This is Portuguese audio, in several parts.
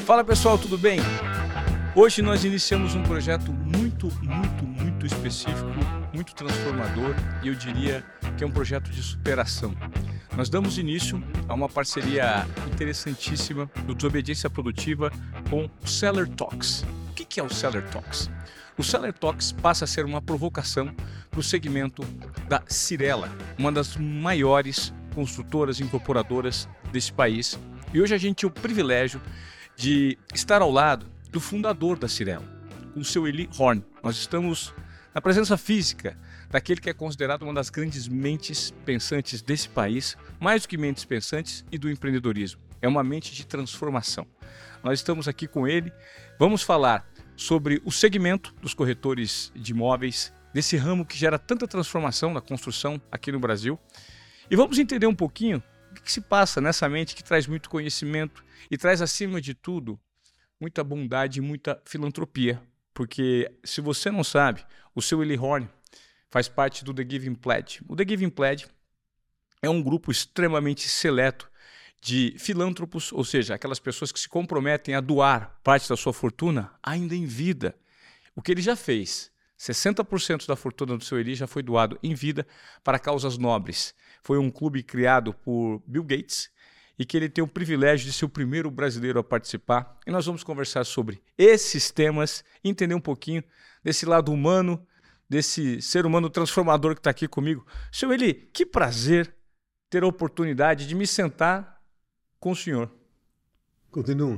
Fala pessoal, tudo bem? Hoje nós iniciamos um projeto muito específico, muito transformador e eu diria que é um projeto de superação. Nós damos início a uma parceria interessantíssima do Desobediência Produtiva com o Seller Talks. O que é o Seller Talks? O Seller Talks passa a ser uma provocação para o segmento da Cyrela, uma das maiores construtoras e incorporadoras desse país. E hoje a gente tem o privilégio de estar ao lado do fundador da Cyrela, o seu Eli Horn. Nós estamos na presença física daquele que é considerado uma das grandes mentes pensantes desse país, mais do que mentes pensantes e do empreendedorismo. É uma mente de transformação. Nós estamos aqui com ele, vamos falar sobre o segmento dos corretores de imóveis, desse ramo que gera tanta transformação na construção aqui no Brasil. E vamos entender um pouquinho o que se passa nessa mente que traz muito conhecimento e traz, acima de tudo, muita bondade e muita filantropia. Porque, se você não sabe, o seu Eli Horn faz parte do The Giving Pledge. O The Giving Pledge é um grupo extremamente seleto de filântropos, ou seja, aquelas pessoas que se comprometem a doar parte da sua fortuna ainda em vida. O que ele já fez, 60% da fortuna do seu Eli já foi doado em vida para causas nobres. Foi um clube criado por Bill Gates e que ele tem o privilégio de ser o primeiro brasileiro a participar. E nós vamos conversar sobre esses temas, entender um pouquinho desse lado humano, desse ser humano transformador que está aqui comigo. Seu Eli, que prazer ter a oportunidade de me sentar com o senhor. Continuo.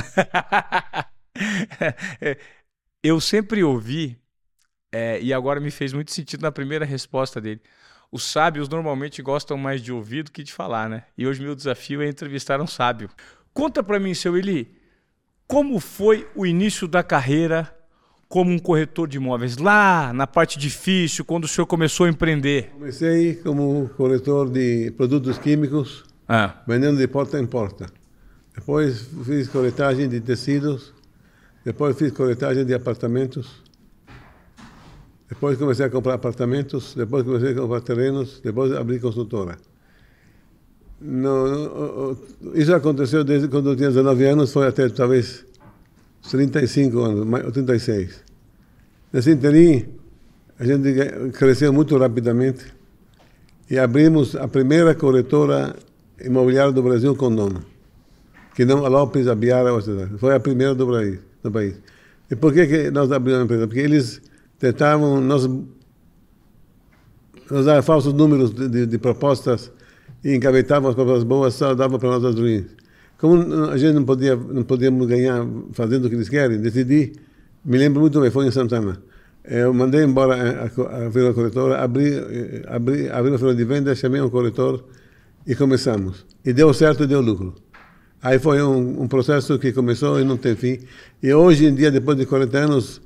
Eu sempre ouvi, e agora me fez muito sentido na primeira resposta dele, os sábios normalmente gostam mais de ouvir do que de falar, né? E hoje meu desafio é entrevistar um sábio. Conta para mim, seu Eli, como foi o início da carreira como um corretor de imóveis? Lá na parte difícil, quando o senhor começou a empreender. Comecei como corretor de produtos químicos, vendendo de porta em porta. Depois fiz corretagem de tecidos, depois fiz corretagem de apartamentos. Depois comecei a comprar apartamentos, depois comecei a comprar terrenos, depois abri construtora. Isso aconteceu desde quando eu tinha 19 anos, foi até talvez 35 anos, ou 36. Nesse interim, a gente cresceu muito rapidamente e abrimos a primeira corretora imobiliária do Brasil com nome, que não a Lopes, a Biara, foi a primeira do país. E por que nós abrimos a empresa? Porque eles tentavam nos dar falsos números de propostas e encaveitavam as propostas boas, só davam para nós as ruins. Como a gente não podíamos ganhar fazendo o que eles querem, decidi, me lembro muito bem, foi em Santana. Eu mandei embora a firma corretora, abri uma firma de venda, chamei um corretor e começamos. E deu certo e deu lucro. Aí foi um processo que começou e não tem fim. E hoje em dia, depois de 40 anos,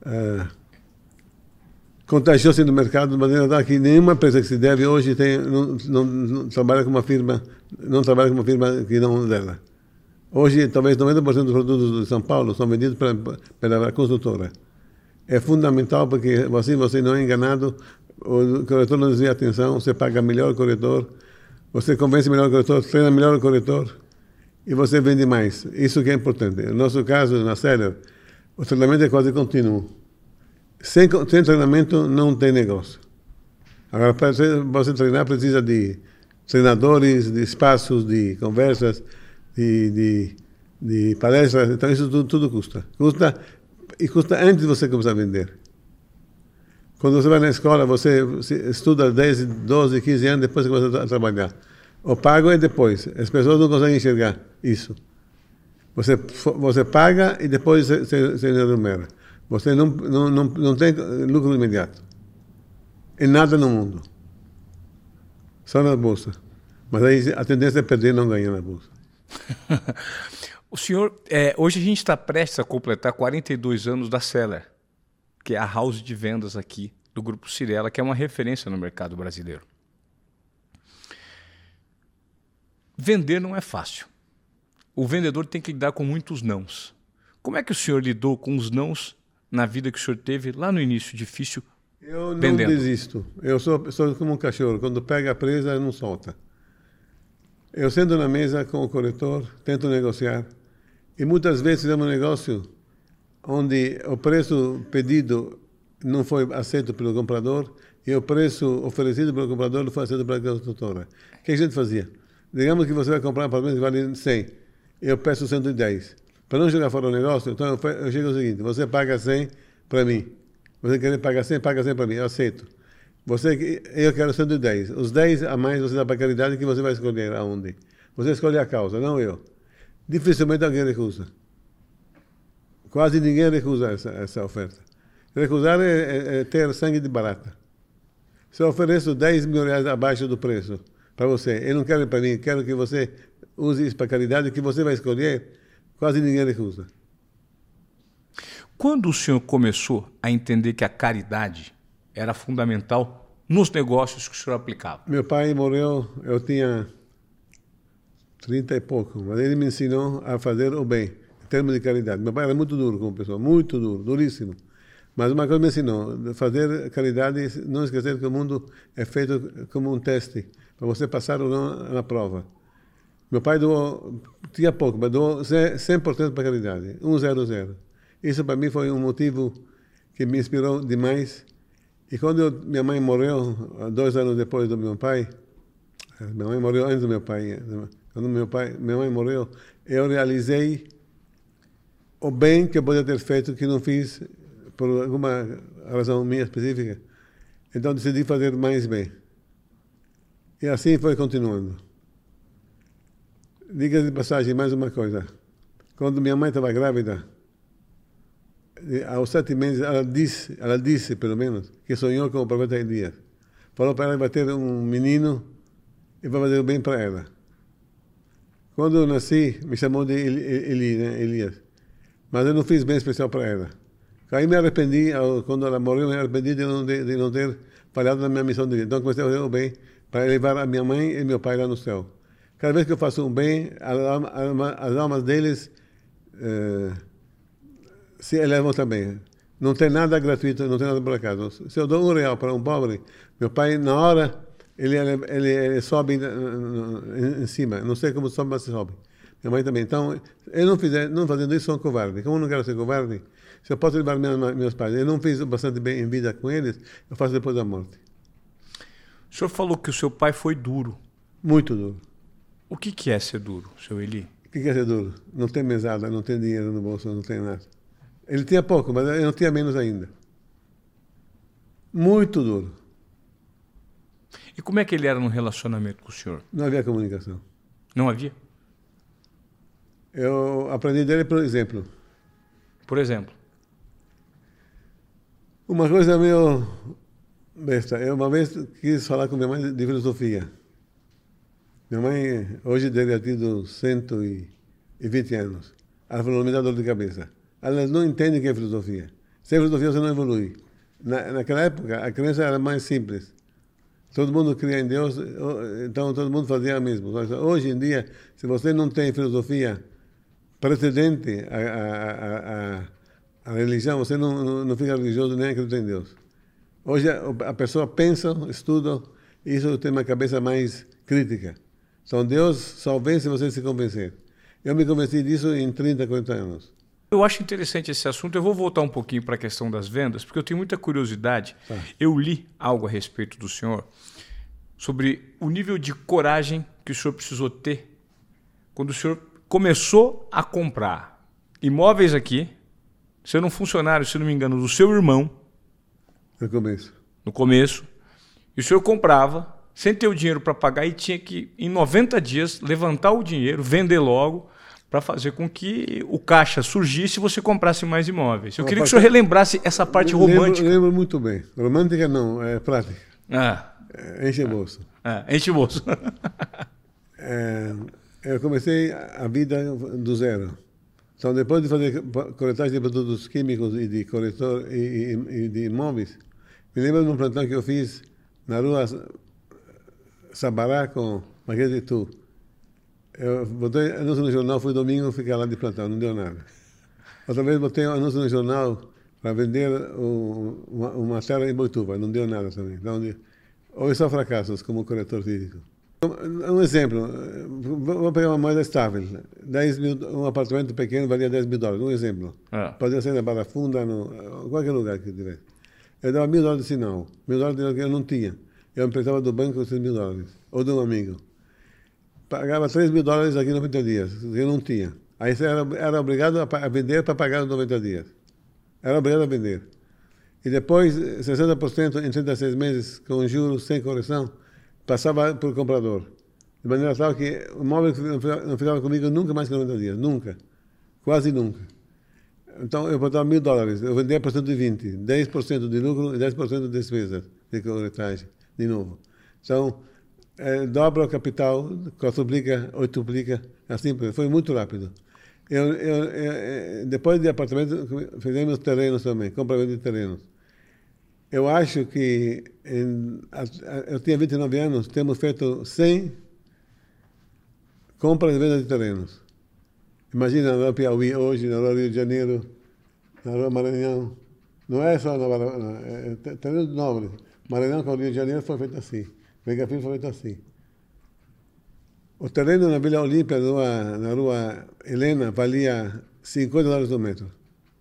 contagiou-se no mercado de maneira tal que nenhuma empresa que se deve hoje não trabalha com uma firma, que não dela. Hoje, talvez 90% dos produtos de São Paulo são vendidos pela construtora. É fundamental porque assim você não é enganado, o corretor não desvia atenção, você paga melhor o corretor, você convence melhor o corretor, treina melhor o corretor e você vende mais. Isso que é importante. No nosso caso, na Seller, o treinamento é quase contínuo. Sem treinamento não tem negócio. Agora, para você treinar, precisa de treinadores, de espaços, de conversas, de palestras. Então, isso tudo custa. Custa antes de você começar a vender. Quando você vai na escola, você estuda 10, 12, 15 anos, depois você começa a trabalhar. O pago é depois. As pessoas não conseguem enxergar isso. Você paga e depois você renumera. Você não tem lucro imediato. Em nada no mundo. Só na bolsa. Mas aí a tendência é perder e não ganhar na bolsa. O senhor, hoje a gente está prestes a completar 42 anos da Seller, que é a house de vendas aqui do Grupo Cyrela, que é uma referência no mercado brasileiro. Vender não é fácil. O vendedor tem que lidar com muitos nãos. Como é que o senhor lidou com os nãos na vida que o senhor teve lá no início, difícil, eu não vendendo? desisto. Eu sou como um cachorro. Quando pega a presa, não solta. Eu sento na mesa com o corretor, tento negociar. E muitas vezes fizemos um negócio onde o preço pedido não foi aceito pelo comprador e o preço oferecido pelo comprador não foi aceito pela construtora. O que a gente fazia? Digamos que você vai comprar um apartamento que vale 100, eu peço 110. Para não jogar fora o negócio, então eu chego ao seguinte, você paga 100 para mim. Você quer pagar 100, paga 100 para mim, eu aceito. Eu quero 110. Os 10 a mais você dá para a caridade que você vai escolher aonde. Você escolhe a causa, não eu. Dificilmente alguém recusa. Quase ninguém recusa essa oferta. Recusar é ter sangue de barata. Se eu ofereço 10 mil reais abaixo do preço para você, eu não quero para mim, quero que você use isso para caridade, que você vai escolher, quase ninguém recusa. Quando o senhor começou a entender que a caridade era fundamental nos negócios que o senhor aplicava? Meu pai morreu, eu tinha 30 e pouco, mas ele me ensinou a fazer o bem, em termos de caridade. Meu pai era muito duro como pessoa, muito duro, duríssimo. Mas uma coisa me ensinou, fazer caridade, não esquecer que o mundo é feito como um teste, para você passar ou não na prova. Meu pai tinha pouco, mas doou 100% para caridade, 100. Isso para mim foi um motivo que me inspirou demais. E quando minha mãe morreu, 2 anos depois do meu pai, minha mãe morreu antes do meu pai, quando minha mãe morreu, eu realizei o bem que eu podia ter feito, que não fiz por alguma razão minha específica. Então decidi fazer mais bem. E assim foi continuando. Diga de passagem, mais uma coisa. Quando minha mãe estava grávida, aos 7 meses, ela disse, pelo menos, que sonhou com o profeta Elias. Falou para ela que vai ter um menino e vai fazer o bem para ela. Quando eu nasci, me chamou de Elias. Mas eu não fiz bem especial para ela. Aí me arrependi, quando ela morreu, me arrependi de não ter falhado na minha missão de vida. Então comecei a fazer o bem para elevar a minha mãe e meu pai lá no céu. Cada vez que eu faço um bem, as almas deles se elevam também. Não tem nada gratuito, não tem nada por acaso. Se eu dou R$1 para um pobre, meu pai, na hora, ele sobe em cima. Não sei como sobe, mas sobe. Minha mãe também. Então, eu não fazendo isso, sou um covarde. Como eu não quero ser covarde, se eu posso levar meus pais, eu não fiz bastante bem em vida com eles, eu faço depois da morte. O senhor falou que o seu pai foi duro. Muito duro. O que é ser duro, seu Eli? O que é ser duro? Não tem mesada, não tem dinheiro no bolso, não tem nada. Ele tinha pouco, mas eu não tinha menos ainda. Muito duro. E como é que ele era no relacionamento com o senhor? Não havia comunicação. Não havia? Eu aprendi dele por exemplo. Por exemplo? Uma coisa meio besta. Eu uma vez quis falar com minha mãe de filosofia. Minha mãe, hoje deve ter tido 120 anos. Ela falou, não me dá dor de cabeça. Elas não entendem o que é filosofia. Sem filosofia você não evolui. Naquela época, a crença era mais simples. Todo mundo cria em Deus, então todo mundo fazia o mesmo. Hoje em dia, se você não tem filosofia precedente à religião, você não fica religioso nem acredita em Deus. Hoje a pessoa pensa, estuda, e isso tem uma cabeça mais crítica. Então Deus só vem se você se convencer. Eu me convenci disso em 30, 40 anos. Eu acho interessante esse assunto. Eu vou voltar um pouquinho para a questão das vendas, porque eu tenho muita curiosidade. Tá. Eu li algo a respeito do senhor sobre o nível de coragem que o senhor precisou ter quando o senhor começou a comprar imóveis aqui, sendo um funcionário, se não me engano, do seu irmão. No começo. E o senhor comprava, sem ter o dinheiro para pagar, e tinha que, em 90 dias, levantar o dinheiro, vender logo, para fazer com que o caixa surgisse e você comprasse mais imóveis. Eu queria que o senhor relembrasse essa parte romântica. Lembro muito bem. Romântica não, é prática. Enche o bolso. Enche o bolso. Eu comecei a vida do zero. Então, depois de fazer coletagem de produtos químicos e de coletor e de imóveis, me lembro de um plantão que eu fiz na rua Sabará com Marquês de Tu. Eu botei anúncio no jornal, fui domingo ficar lá de plantão, não deu nada. Outra vez botei um anúncio no jornal para vender uma terra em Boituva, não deu nada também. Então, houve só fracassos como corretor físico. Um exemplo, vou pegar uma moeda estável. 10 mil, um apartamento pequeno valia $10.000, um exemplo. Pode ser na Barra Funda, em qualquer lugar que tivesse. Eu dava $1.000 de sinal. $1.000 que eu não tinha. Eu emprestava do banco esses $1.000, ou de um amigo. Pagava $3.000 aqui em 90 dias, eu não tinha. Aí você era obrigado a vender para pagar os 90 dias. Era obrigado a vender. E depois, 60% em 36 meses, com juros sem correção, passava por comprador. De maneira tal que o imóvel não ficava comigo nunca mais que 90 dias. Nunca. Quase nunca. Então, eu botava $1.000. Eu vendia por 120. 10% de lucro e 10% de despesas de corretagem, de novo. Então, dobra o capital, quadruplica, oituplica, assim, foi muito rápido. Depois de apartamento, fizemos terrenos também, compra de terrenos. Eu acho que, eu tinha 29 anos, temos feito 100 compras e vendas de terrenos. Imagina na Piauí hoje, na Rua Rio de Janeiro, na Rua Maranhão. Não é só na Maranhão, é terrenos nobres. Maranhão com o Rio de Janeiro foi feito assim. Vega Filho foi feito assim. O terreno na Vila Olímpia, na Rua Helena, valia $50 o metro.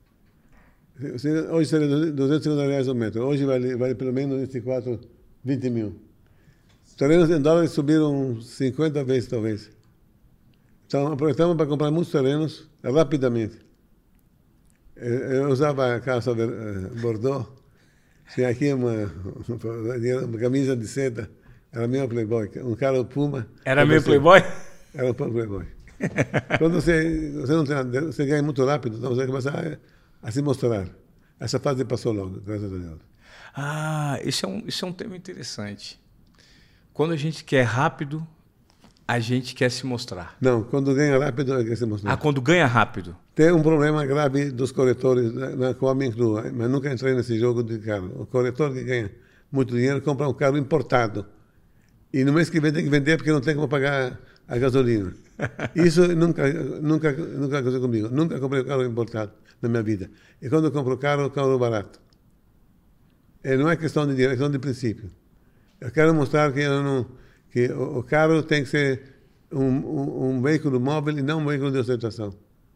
Hoje seria R$250 o metro. Hoje vale pelo menos 24, 20 mil. Terrenos em dólares subiram 50 vezes, talvez. Então, aproveitamos para comprar muitos terrenos rapidamente. Eu usava a calça Bordeaux. Tinha aqui uma camisa de seda. Era meio playboy. Um cara Puma. Era meio playboy? Era um playboy. Quando você não tem nada, você ganha muito rápido, então você começa a se mostrar. Essa fase passou logo, graças a Deus. Isso é um tema interessante. Quando a gente quer rápido, a gente quer se mostrar. Não, quando ganha rápido, quer se mostrar. Quando ganha rápido. Tem um problema grave dos corretores, na qual me incluo, mas nunca entrei nesse jogo de carro. O corretor que ganha muito dinheiro compra um carro importado. E no mês que vem tem que vender porque não tem como pagar a gasolina. Isso nunca aconteceu comigo. Nunca comprei um carro importado na minha vida. E quando eu compro o carro barato. Não é questão de dinheiro, é questão de princípio. Eu quero mostrar que o carro tem que ser um veículo móvel e não um veículo de ostentação.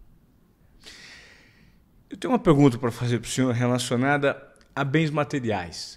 Eu tenho uma pergunta para fazer para o senhor relacionada a bens materiais.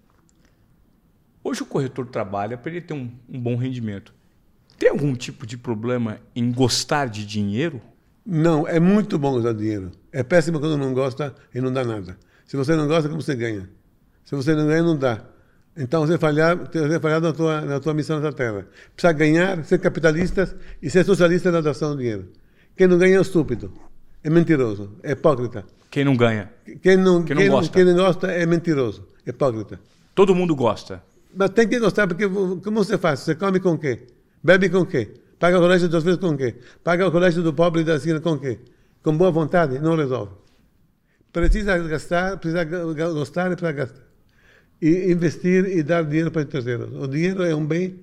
Hoje o corretor trabalha para ele ter um bom rendimento. Tem algum tipo de problema em gostar de dinheiro? Não, é muito bom usar dinheiro. É péssimo quando não gosta e não dá nada. Se você não gosta, como você ganha? Se você não ganha, não dá. Então, você falhar na tua missão nessa terra. Precisa ganhar, ser capitalista e ser socialista na doação do dinheiro. Quem não ganha é estúpido, é mentiroso, é hipócrita. Quem não ganha? Quem não gosta é mentiroso, é hipócrita. Todo mundo gosta. Mas tem que gostar, porque como você faz? Você come com quê? Bebe com quê? Paga o colégio dos filhos com quê? Paga o colégio do pobre e da esquina com quê? Com boa vontade? Não resolve. Precisa gastar, precisa gostar e precisa gastar. E investir e dar dinheiro para terceiros. O dinheiro é um bem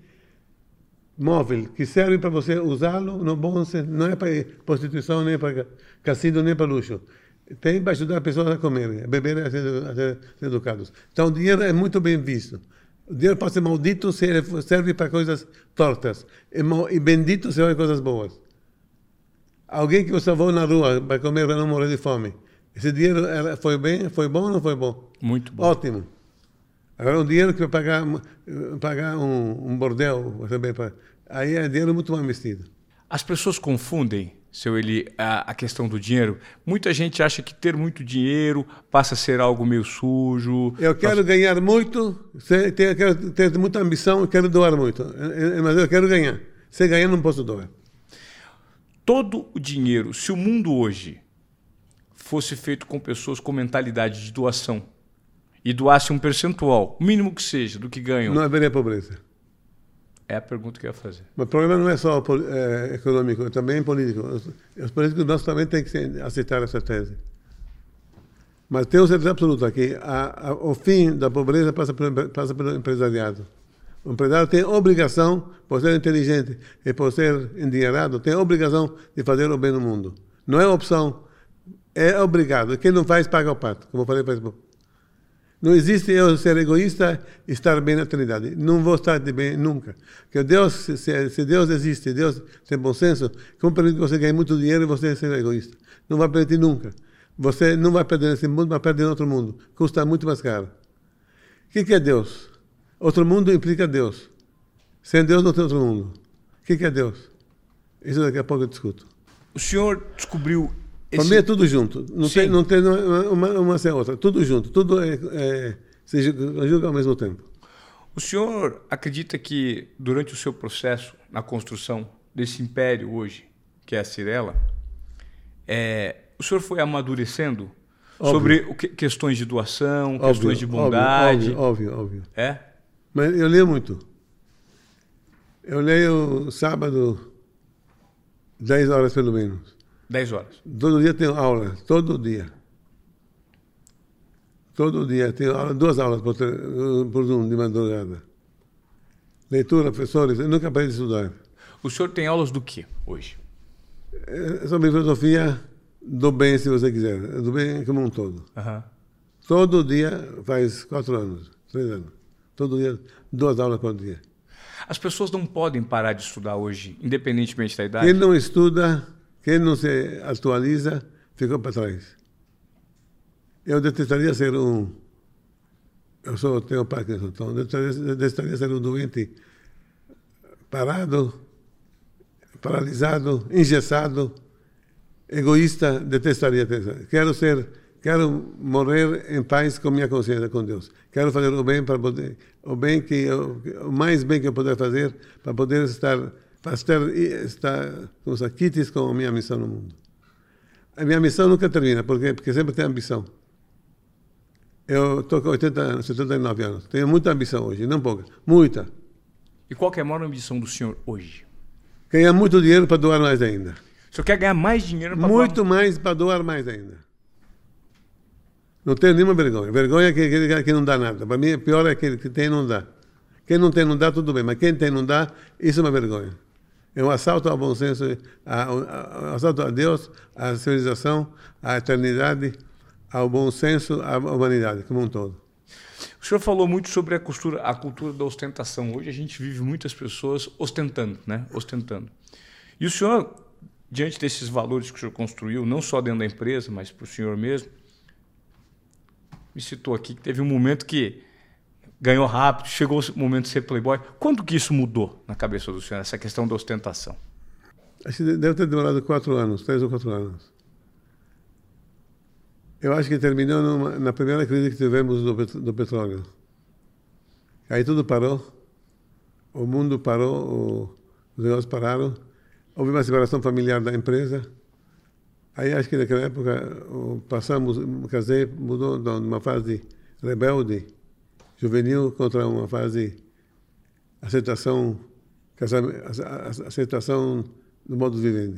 móvel que serve para você usá-lo no bom sentido. Não é para prostituição, nem para cassino, nem para luxo. Tem para ajudar as pessoas a comer, a beber, a ser educados. Então, o dinheiro é muito bem visto. O dinheiro pode ser maldito se ele serve para coisas tortas. E bendito se serve para coisas boas. Alguém que você salvou na rua para comer, para não morrer de fome. Esse dinheiro foi bom ou não foi bom? Muito bom. Ótimo. Agora, um dinheiro que vai pagar um bordel, aí é dinheiro muito mal investido. As pessoas confundem, seu Eli, a questão do dinheiro. Muita gente acha que ter muito dinheiro passa a ser algo meio sujo. Eu quero ganhar muito, quero ter muita ambição, eu quero doar muito. Mas eu quero ganhar. Se ganhar, não posso doar. Todo o dinheiro, se o mundo hoje fosse feito com pessoas com mentalidade de doação, e doasse um percentual, o mínimo que seja, do que ganham... Não haveria pobreza. É a pergunta que eu ia fazer. Mas o problema não é só econômico, é também político. Os políticos nós também têm que aceitar essa tese. Mas tenho certeza absoluta que o fim da pobreza passa pelo empresariado. O empresário tem obrigação, por ser inteligente e por ser endinheirado, tem obrigação de fazer o bem no mundo. Não é opção, é obrigado. Quem não faz, paga o pato, como eu falei para esse povo. Não existe eu ser egoísta e estar bem na eternidade. Não vou estar de bem nunca. Porque Deus, se Deus existe, Deus tem bom senso, como permite que você ganhe muito dinheiro e você ser egoísta? Não vai permitir nunca. Você não vai perder nesse mundo, vai perder em outro mundo. Custa muito mais caro. O que é Deus? Outro mundo implica Deus. Sem Deus não tem outro mundo. O que é Deus? Isso daqui a pouco eu discuto. O senhor descobriu... Para mim é tudo junto. Não tem uma sem a outra. Tudo junto. Tudo se julga ao mesmo tempo. O senhor acredita que durante o seu processo na construção desse império hoje, que é a Cyrela, o senhor foi amadurecendo sobre questões de doação, questões de bondade? Óbvio. É? Mas eu leio muito. Eu leio sábado 10 horas pelo menos. 10 horas. Todo dia tenho aula, todo dia. Todo dia tenho aula, 2 aulas por Zoom de madrugada. Leitura, professores, eu nunca parei de estudar. O senhor tem aulas do que hoje? Sobre filosofia do bem, se você quiser. Do bem como um todo. Uhum. Todo dia, faz 4 anos, 3 anos. Todo dia, 2 aulas por dia. As pessoas não podem parar de estudar hoje, independentemente da idade? Quem não estuda, quem não se atualiza, ficou para trás. Eu detestaria ser tenho Parkinson, então detestaria ser um doente parado, paralisado, engessado, egoísta, detestaria. Quero morrer em paz com minha consciência, com Deus. Quero fazer o bem para poder, o mais bem que eu puder fazer para poder estar quites com a minha missão no mundo. A minha missão nunca termina, porque sempre tem ambição. Eu estou com 79 anos. Tenho muita ambição hoje, não pouca, muita. E qual que é a maior ambição do senhor hoje? Ganhar muito dinheiro para doar mais ainda. O senhor quer ganhar mais dinheiro para Muito mais para doar mais ainda. Não tenho nenhuma vergonha. Vergonha é que não dá nada. Para mim, pior é aquele que tem e não dá. Quem não tem não dá, tudo bem. Mas quem tem não dá, isso é uma vergonha. É um assalto ao bom senso, assalto a Deus, à civilização, à eternidade, ao bom senso, à humanidade, como um todo. O senhor falou muito sobre a cultura da ostentação. Hoje a gente vive muitas pessoas ostentando, né? Ostentando. E o senhor, diante desses valores que o senhor construiu, não só dentro da empresa, mas para o senhor mesmo, me citou aqui que teve um momento que ganhou rápido, chegou o momento de ser playboy. Quando que isso mudou na cabeça do senhor, essa questão da ostentação? Acho que deve ter demorado 4 anos, 3 ou 4 anos. Eu acho que terminou na primeira crise que tivemos do petróleo. Aí tudo parou, o mundo parou, os negócios pararam, houve uma separação familiar da empresa. Aí acho que naquela época casei, mudou de uma fase rebelde, juvenil, contra uma fase aceitação do modo de viver.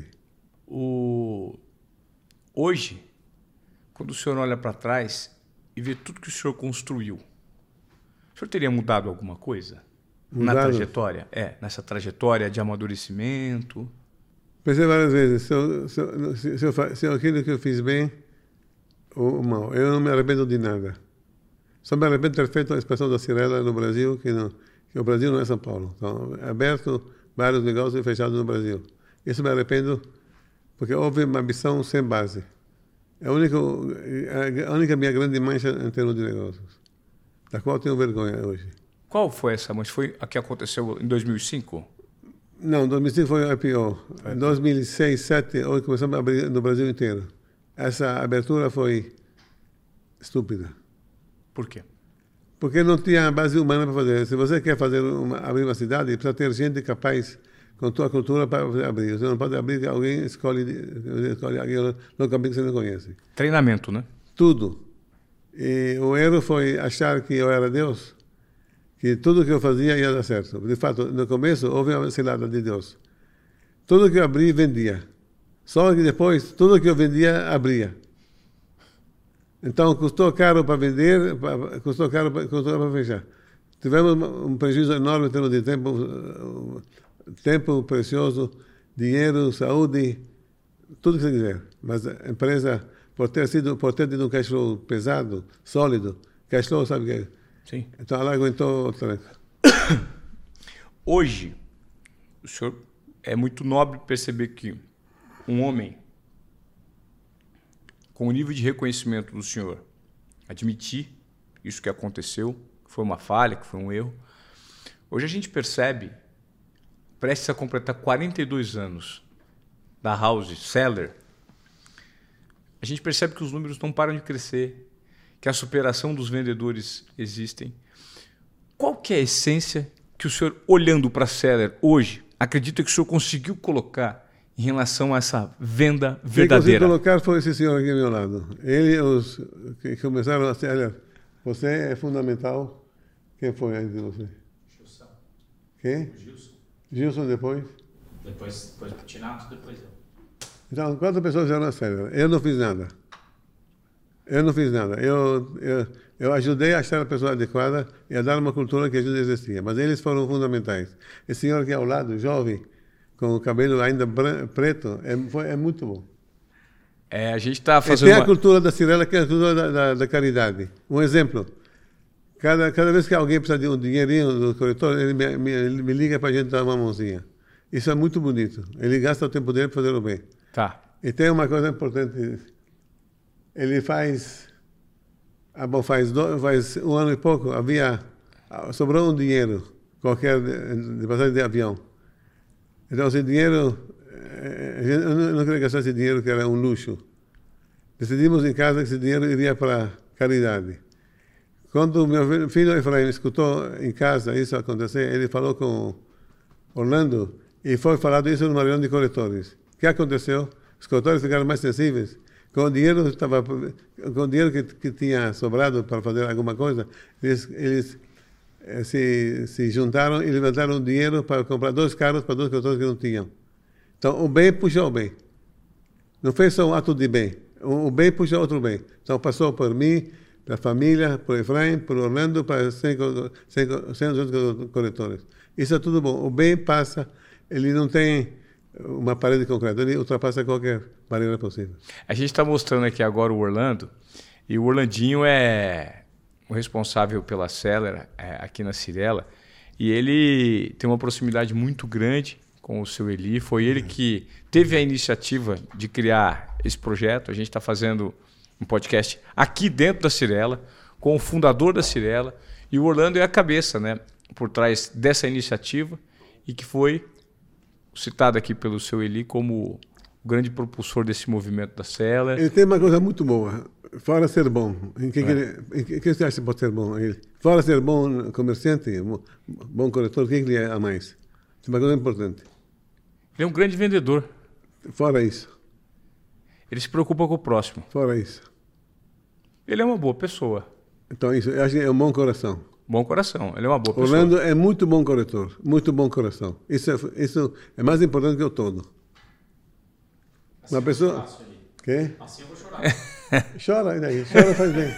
Hoje, quando o senhor olha para trás e vê tudo que o senhor construiu, o senhor teria mudado alguma coisa na trajetória? Nessa trajetória de amadurecimento? Pensei várias vezes, se aquilo que eu fiz bem ou mal. Eu não me arrependo de nada. Só me arrependo de ter feito a expansão da Cyrela no Brasil, que o Brasil não é São Paulo. Então, é aberto vários negócios e fechado no Brasil. Isso me arrependo porque houve uma ambição sem base. É a única minha grande mancha em termos de negócios, da qual tenho vergonha hoje. Qual foi essa mancha? Foi a que aconteceu em 2005? Não, 2005 foi o IPO. Em 2006, 2007, hoje começamos a abrir no Brasil inteiro. Essa abertura foi estúpida. Por quê? Porque não tinha base humana para fazer. Se você quer abrir uma cidade, precisa ter gente capaz com tua cultura para abrir. Você não pode abrir que alguém escolhe alguém localmente que você não conhece. Treinamento, né? Tudo. E o erro foi achar que eu era Deus, que tudo que eu fazia ia dar certo. De fato, no começo, houve uma cilada de Deus. Tudo que eu abri, vendia. Só que depois, tudo que eu vendia, abria. Então, custou caro para vender, custou caro para fechar. Tivemos um prejuízo enorme em termos de tempo precioso, dinheiro, saúde, tudo que você quiser. Mas a empresa, por ter tido um cash flow pesado, sólido, Cash flow, sabe o que é? Sim. Então ela aguentou o tranco. Hoje, o senhor é muito nobre perceber que um homem com o nível de reconhecimento do senhor admitir isso que aconteceu, que foi uma falha, que foi um erro. Hoje a gente percebe, prestes a completar 42 anos da House Cellar, a gente percebe que os números não param de crescer, que a superação dos vendedores existem. Qual que é a essência que o senhor, olhando para a Cellar hoje, acredita que o senhor conseguiu colocar em relação a essa venda verdadeira? Quem conseguiu colocar foi esse senhor aqui ao meu lado. Ele e os que começaram a ser, olha, você é fundamental. Quem foi aí de você? Gilson. Quem? Gilson. Gilson depois? Depois o Tinato, depois eu. Então, 4 pessoas fizeram a Cellar. Eu não fiz nada. Eu ajudei a achar a pessoa adequada e a dar uma cultura que já existia. Mas eles foram fundamentais. Esse senhor aqui ao lado, jovem, com o cabelo ainda preto, é muito bom. A gente está fazendo Tem a cultura da Cirela, que é a cultura da caridade. Um exemplo. Cada vez que alguém precisa de um dinheirinho do corretor, ele me liga para a gente dar uma mãozinha. Isso é muito bonito. Ele gasta o tempo dele para fazer o bem. Tá. E tem uma coisa importante. Ele faz um ano e pouco, sobrou um dinheiro qualquer de passagem de avião. Então, esse dinheiro, eu não queria gastar esse dinheiro, que era um luxo. Decidimos em casa que esse dinheiro iria para caridade. Quando o meu filho Efraim escutou em casa isso acontecer, ele falou com Orlando e foi falado isso numa reunião de corretores. O que aconteceu? Os corretores ficaram mais sensíveis. Com o dinheiro que tinha sobrado para fazer alguma coisa, eles se juntaram e levantaram dinheiro para comprar 2 carros para 2 corretores que não tinham. Então, o bem puxou o bem. Não foi só um ato de bem. O bem puxou outro bem. Então, passou por mim, pela família, por Efraim, por Orlando, para 100 outros corretores. Isso é tudo bom. O bem passa, ele não tem uma parede concreta, ele ultrapassa qualquer barreira possível. A gente está mostrando aqui agora o Orlando, e o Orlandinho é o responsável pela Cellar aqui na Cirela, e ele tem uma proximidade muito grande com o seu Eli. Foi ele que teve a iniciativa de criar esse projeto. A gente está fazendo um podcast aqui dentro da Cirela, com o fundador da Cirela, e o Orlando é a cabeça, né, por trás dessa iniciativa, e que foi citado aqui pelo seu Eli como o grande propulsor desse movimento da Cellar. Ele tem uma coisa muito boa, fora ser bom. Em que você acha que pode ser bom? Fora ser bom comerciante, bom corretor, o que ele é a mais? Isso é uma coisa importante. Ele é um grande vendedor. Fora isso. Ele se preocupa com o próximo. Fora isso. Ele é uma boa pessoa. Então, isso, eu acho que é um bom coração. Bom coração, ele é uma boa pessoa. Orlando é muito bom corretor, muito bom coração. Isso é mais importante que o todo. Assim Uma pessoa... Quê? Assim eu vou chorar. Chora, e daí? Chora faz bem.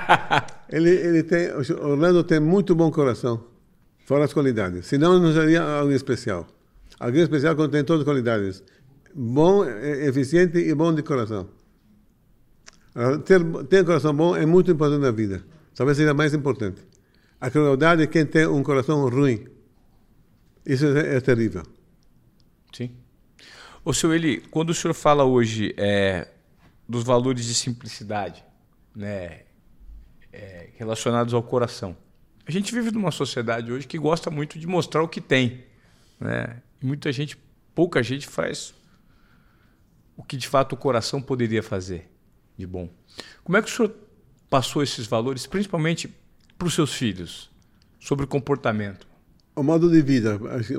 Orlando tem muito bom coração, fora as qualidades. Senão não seria alguém especial. Alguém especial contém todas as qualidades. Bom, eficiente e bom de coração. Ter um coração bom é muito importante na vida. Talvez seja mais importante. A crueldade é quem tem um coração ruim. Isso é terrível. Sim. Ô, senhor Eli, quando o senhor fala hoje dos valores de simplicidade, né, relacionados ao coração, a gente vive numa sociedade hoje que gosta muito de mostrar o que tem, né? E pouca gente faz o que de fato o coração poderia fazer de bom. Como é que o senhor passou esses valores, principalmente para os seus filhos, sobre comportamento? O modo de vida.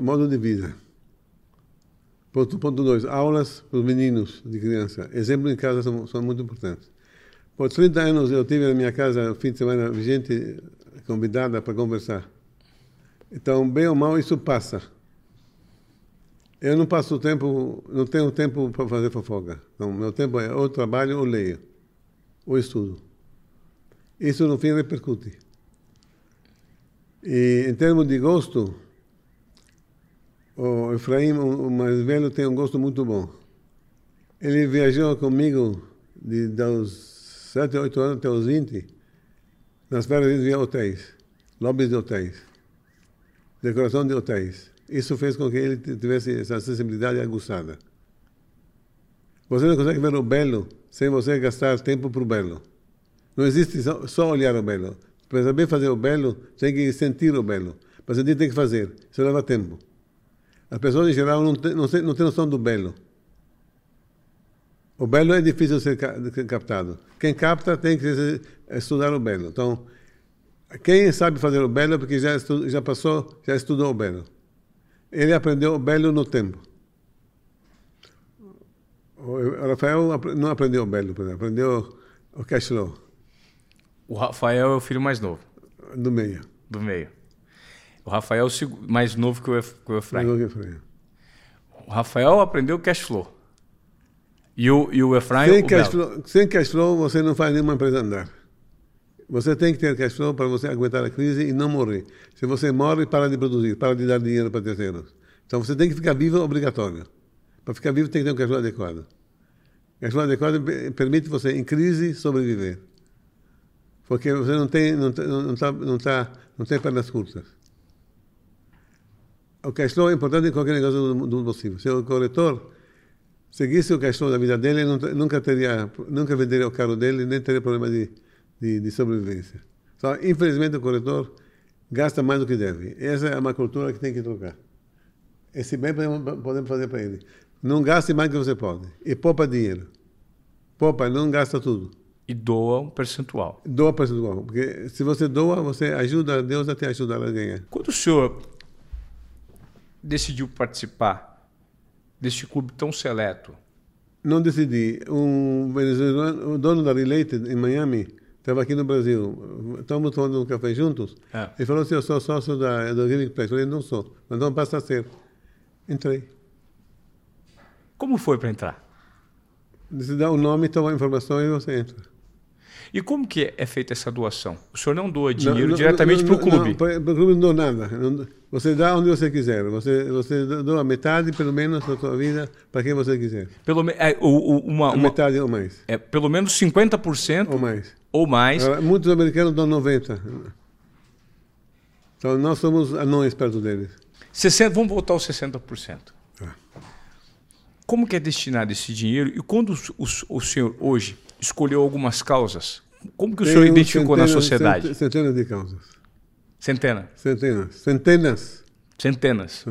Ponto 2. Aulas para os meninos de criança. Exemplo em casa são muito importantes. Por 30 anos eu tive na minha casa, fim de semana, gente convidada para conversar. Então, bem ou mal, isso passa. Eu não passo tempo, não tenho tempo para fazer fofoca. Então, meu tempo é ou trabalho ou leio, ou estudo. Isso, no fim, repercute. E, em termos de gosto, o Efraim, o mais velho, tem um gosto muito bom. Ele viajou comigo dos 7, 8 anos até os 20, Nas férias havia hotéis, lobbies de hotéis, decoração de hotéis. Isso fez com que ele tivesse essa sensibilidade aguçada. Você não consegue ver o belo sem você gastar tempo para o belo. Não existe só olhar o belo. Para saber fazer o belo, tem que sentir o belo. Para sentir, tem que fazer. Isso leva tempo. As pessoas, em geral, não têm noção do belo. O belo é difícil de ser captado. Quem capta tem que estudar o belo. Então, quem sabe fazer o belo é porque já estudou o belo. Ele aprendeu o belo no tempo. O Rafael não aprendeu o belo, aprendeu o cash flow. O Rafael é o filho mais novo. Do meio. Do meio. O Rafael é o mais novo que o Efraim. O Rafael aprendeu o cash flow. E o Efraim... Sem cash flow, você não faz nenhuma empresa andar. Você tem que ter cash flow para você aguentar a crise e não morrer. Se você morre, para de produzir, para de dar dinheiro para terceiros. Então você tem que ficar vivo, obrigatório. Para ficar vivo tem que ter um cash flow adequado. O cash flow adequado permite você, em crise, sobreviver. Porque você não tem pernas curtas. O cash flow é importante em qualquer negócio do mundo possível. Se o corretor seguisse o cash flow da vida dele, ele nunca venderia o carro dele, nem teria problema de sobrevivência. Só, infelizmente, o corretor gasta mais do que deve. Essa é uma cultura que tem que trocar. Esse bem podemos fazer para ele. Não gaste mais do que você pode. E poupa dinheiro. Poupa, não gasta tudo. E doa um percentual. Doa um percentual. Porque se você doa, você ajuda Deus a te ajudar a ganhar. Quando o senhor decidiu participar deste clube tão seleto? Não decidi. Um venezuelano, o dono da Related em Miami, estava aqui no Brasil. Estamos tomando um café juntos. Ele falou assim: eu sou sócio do Giving Place. Eu falei: não sou, mas não passa a ser. Entrei. Como foi para entrar? Você dá o nome, toma a informação e você entra. E como que é feita essa doação? O senhor não doa dinheiro diretamente para o clube? Para o clube não dou nada. Você dá onde você quiser. Você doa metade, pelo menos, da sua vida para quem você quiser. Metade ou mais. Pelo menos 50%? Ou mais. Muitos americanos dão 90%. Então, nós somos anões perto deles. Vamos voltar aos 60%. Como que é destinado esse dinheiro? E quando o senhor hoje escolheu algumas causas, como que o senhor identificou na sociedade? Centenas de causas. Centenas? Centenas.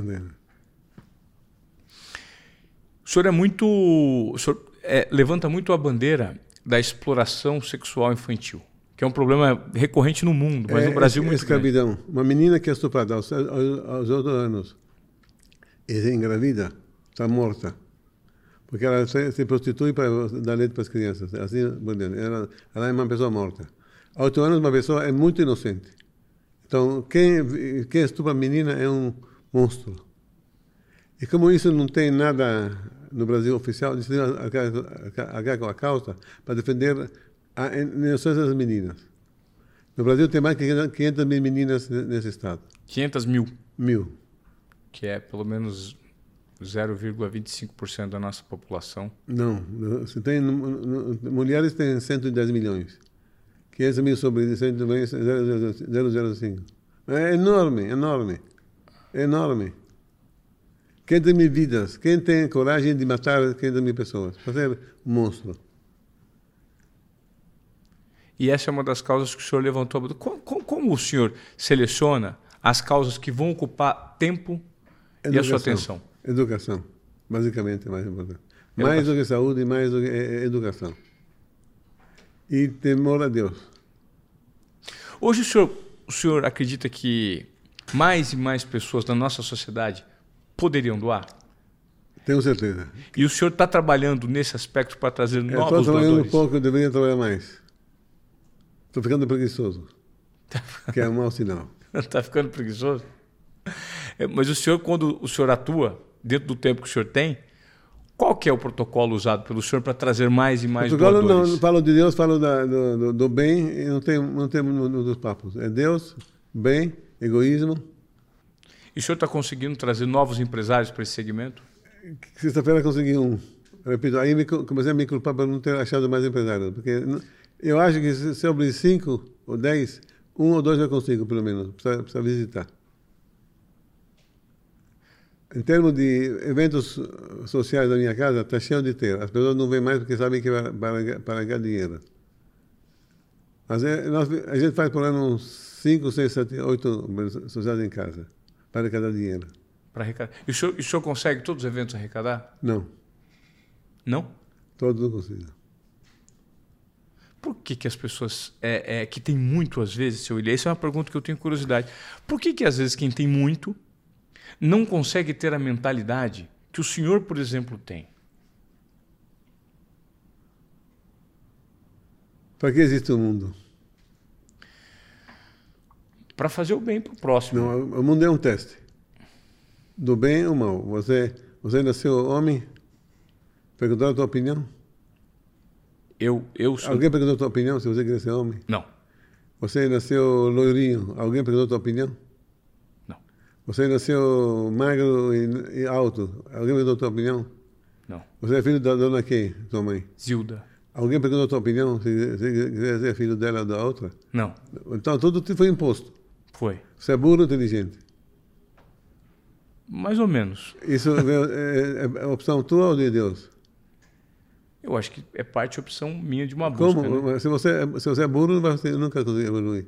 O senhor levanta muito a bandeira da exploração sexual infantil, que é um problema recorrente no mundo, mas no Brasil muito escravidão. grande. Uma menina que é estuprada aos 8 anos e engravida, está morta. Porque ela se prostitui para dar leite para as crianças. Assim, ela é uma pessoa morta. Há 8 anos, uma pessoa é muito inocente. Então, quem estupra a menina é um monstro. E como isso não tem nada no Brasil oficial, decidimos arcar com a causa para defender a inocência das meninas. No Brasil tem mais de 500 mil meninas nesse estado. 500 mil? Mil. Que é pelo menos 0,25% da nossa população. Não, mulheres têm 110 milhões. 500 mil sobre 0,05. É enorme. 500 mil vidas. Quem tem coragem de matar 500 mil pessoas? Fazer um monstro. E essa é uma das causas que o senhor levantou. Como o senhor seleciona as causas que vão ocupar tempo e a sua atenção? Educação, basicamente, é mais importante. Mais do que saúde, mais do que educação. E temor a Deus. Hoje o senhor acredita que mais e mais pessoas da nossa sociedade poderiam doar? Tenho certeza. E o senhor está trabalhando nesse aspecto para trazer novos doadores? Estou trabalhando pouco, eu deveria trabalhar mais. Estou ficando preguiçoso, que é um mau sinal. Está ficando preguiçoso? Mas o senhor, quando o senhor atua, dentro do tempo que o senhor tem, qual que é o protocolo usado pelo senhor para trazer mais e mais doadores? Não falo de Deus, falo do bem, e não tem dos papos. É Deus, bem, egoísmo. E o senhor está conseguindo trazer novos empresários para esse segmento? Sexta-feira consegui um. Repito, aí comecei a me culpar por não ter achado mais empresários. Porque eu acho que se eu abrir 5, ou 10, 1 ou 2 eu consigo, pelo menos, precisa visitar. Em termos de eventos sociais da minha casa, está cheio de ter. As pessoas não vêm mais porque sabem que vai pagar dinheiro. Mas a gente faz por ano uns 5, 6, 7, 8 sociais em casa, para arrecadar dinheiro. Para arrecadar. E o senhor consegue todos os eventos arrecadar? Não. Não? Todos não consigo. Por que as pessoas que tem muito, às vezes, seu William? Essa é uma pergunta que eu tenho curiosidade. Por que às vezes, quem tem muito não consegue ter a mentalidade que o senhor, por exemplo, tem? Para que existe o mundo? Para fazer o bem para o próximo. Não, o mundo é um teste. Do bem ou mal. Você nasceu homem? Perguntaram a tua opinião? Eu sou... Alguém perguntou a tua opinião se você queria ser homem? Não. Você nasceu loirinho? Alguém perguntou a tua opinião? Não. Você nasceu magro e alto? Alguém perguntou a tua opinião? Não. Você é filho da dona quem, tua mãe? Zilda. Alguém perguntou a tua opinião se você queria ser filho dela ou da outra? Não. Então tudo te foi imposto. Foi. Você é burro ou inteligente? Mais ou menos. Isso é opção tua ou de Deus? Eu acho que é parte da opção minha de uma busca. Como? Né? Se você é burro, você nunca consegue evoluir.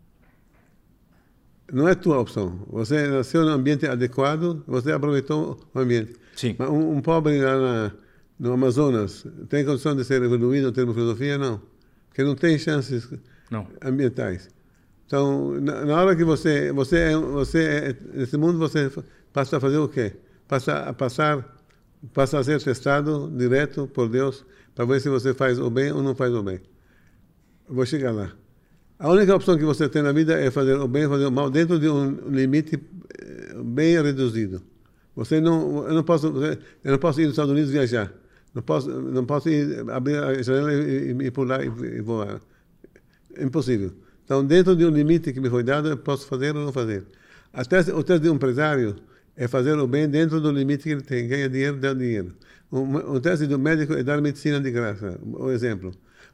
Não é tua opção. Você nasceu no ambiente adequado, você aproveitou o ambiente. Sim. Mas um pobre lá no Amazonas tem condição de ser evoluído em termos de filosofia? Não. Porque não tem chances ambientais. Então, na hora que você nesse mundo, você passa a fazer o quê? Passa a ser testado direto por Deus para ver se você faz o bem ou não faz o bem. Eu vou chegar lá. A única opção que você tem na vida é fazer o bem e fazer o mal dentro de um limite bem reduzido. Eu não posso ir nos Estados Unidos viajar. Não posso ir abrir a janela e pular e voar. É impossível. Então, dentro de um limite que me foi dado, eu posso fazer ou não fazer. O teste de um empresário é fazer o bem dentro do limite que ele tem. Ganha dinheiro, dá dinheiro. O teste do médico é dar medicina de graça. Um exemplo.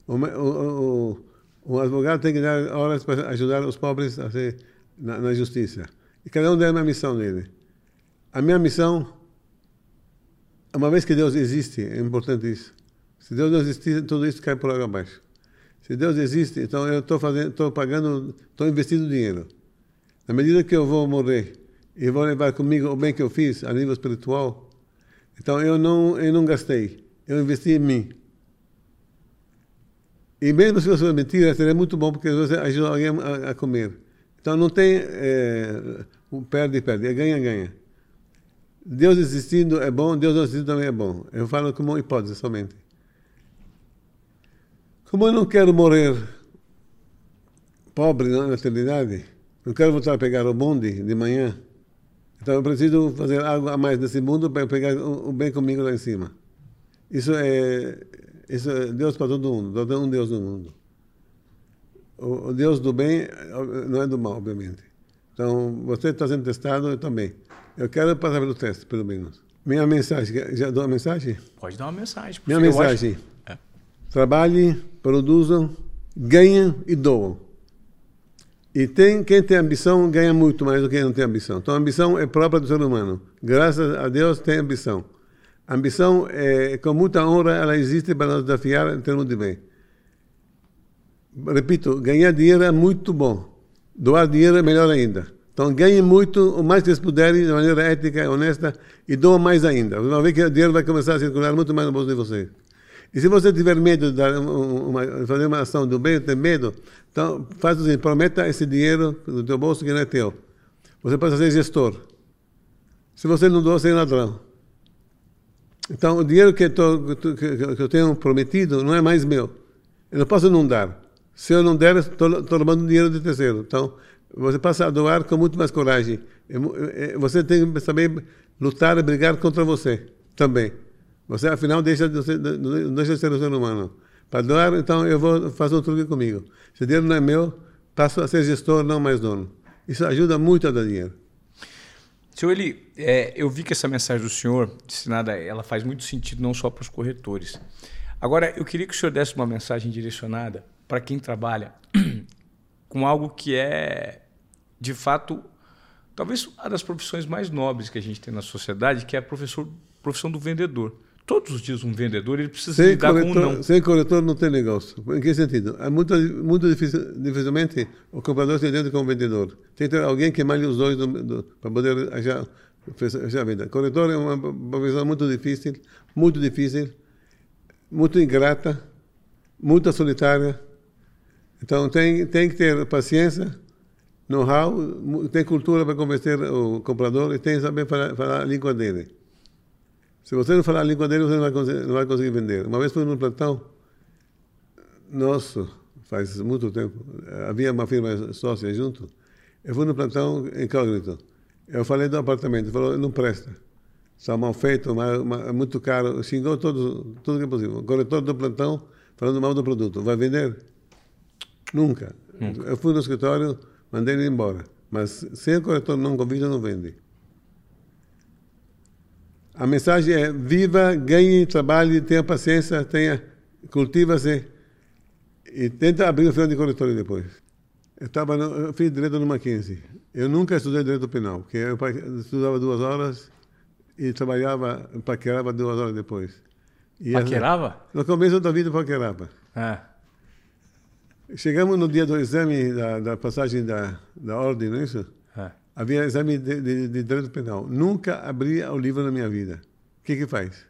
O advogado tem que dar horas para ajudar os pobres a ser na justiça. E cada um tem uma missão dele. A minha missão, uma vez que Deus existe, é importante isso. Se Deus não existir, tudo isso cai por água abaixo. Se Deus existe, então eu estou investindo dinheiro. Na medida que eu vou morrer e vou levar comigo o bem que eu fiz a nível espiritual, então eu não gastei, eu investi em mim. E mesmo se você for mentira, seria muito bom porque você ajuda alguém a comer. Então não tem perde, é ganha-ganha. Deus existindo é bom, Deus não existindo também é bom. Eu falo como uma hipótese somente. Como eu não quero morrer pobre na eternidade, não quero voltar a pegar o bonde de manhã, então eu preciso fazer algo a mais nesse mundo para pegar o bem comigo lá em cima. Isso é Deus para todo mundo, só tem um Deus no mundo. O Deus do bem não é do mal, obviamente. Então, você está sendo testado, eu também. Eu quero passar pelo teste, pelo menos. Minha mensagem, já dou a mensagem? Pode dar uma mensagem. Minha mensagem. Trabalhem, produzam, ganhem e doam. E quem tem ambição ganha muito mais do que quem não tem ambição. Então a ambição é própria do ser humano. Graças a Deus tem ambição. A ambição, com muita honra, ela existe para nos desafiar em termos de bem. Repito, ganhar dinheiro é muito bom. Doar dinheiro é melhor ainda. Então ganhem muito, o mais que vocês puderem, de maneira ética e honesta, e doam mais ainda. Vocês vão ver que o dinheiro vai começar a circular muito mais no bolso de vocês. E se você tiver medo de fazer uma ação do bem, tem medo, então faz assim, prometa esse dinheiro do teu bolso que não é teu. Você pode ser gestor. Se você não doa, você é ladrão. Então o dinheiro que eu tenho prometido não é mais meu. Eu não posso não dar. Se eu não der, estou roubando dinheiro de terceiro. Então você passa a doar com muito mais coragem. Você tem que saber lutar e brigar contra você também. Você, afinal, deixa de ser um ser humano. Para doar, então, eu vou fazer um truque comigo. Se o dinheiro não é meu, passo a ser gestor, não mais dono. Isso ajuda muito a dar dinheiro. Senhor Eli, eu vi que essa mensagem do senhor, ensinada, ela faz muito sentido não só para os corretores. Agora, eu queria que o senhor desse uma mensagem direcionada para quem trabalha com algo que é, de fato, talvez uma das profissões mais nobres que a gente tem na sociedade, que é a profissão do vendedor. Todos os dias um vendedor ele precisa lidar com um não. Sem corretor não tem negócio. Em que sentido? É muito dificilmente o comprador se entende com o vendedor. Tem que ter alguém que malhe os dois para poder achar a venda. Corretor é uma profissão muito difícil, muito ingrata, muito solitária. Então tem que ter paciência, know-how, tem cultura para convencer o comprador e tem que saber falar a língua dele. Se você não falar a língua dele, você não vai conseguir vender. Uma vez fui num plantão, nossa, faz muito tempo, havia uma firma sócia junto, eu fui no plantão incógnito. Eu falei do apartamento, ele falou, não presta. Está mal feito, muito caro, xingou tudo que é possível. O corretor do plantão falando mal do produto, vai vender? Nunca. Eu fui no escritório, mandei ele embora. Mas se o corretor não convida, não vende. A mensagem é: viva, ganhe, trabalhe, tenha paciência, cultiva-se e tenta abrir o final de corretor depois. Eu fiz direito no Mackenzie. Eu nunca estudei direito penal, porque eu estudava 2 horas e paquerava 2 horas depois. Paquerava? No começo da vida, paquerava. Chegamos no dia do exame da passagem da ordem, não é isso? Havia exame de direito penal. Nunca abri o livro na minha vida. O que faz?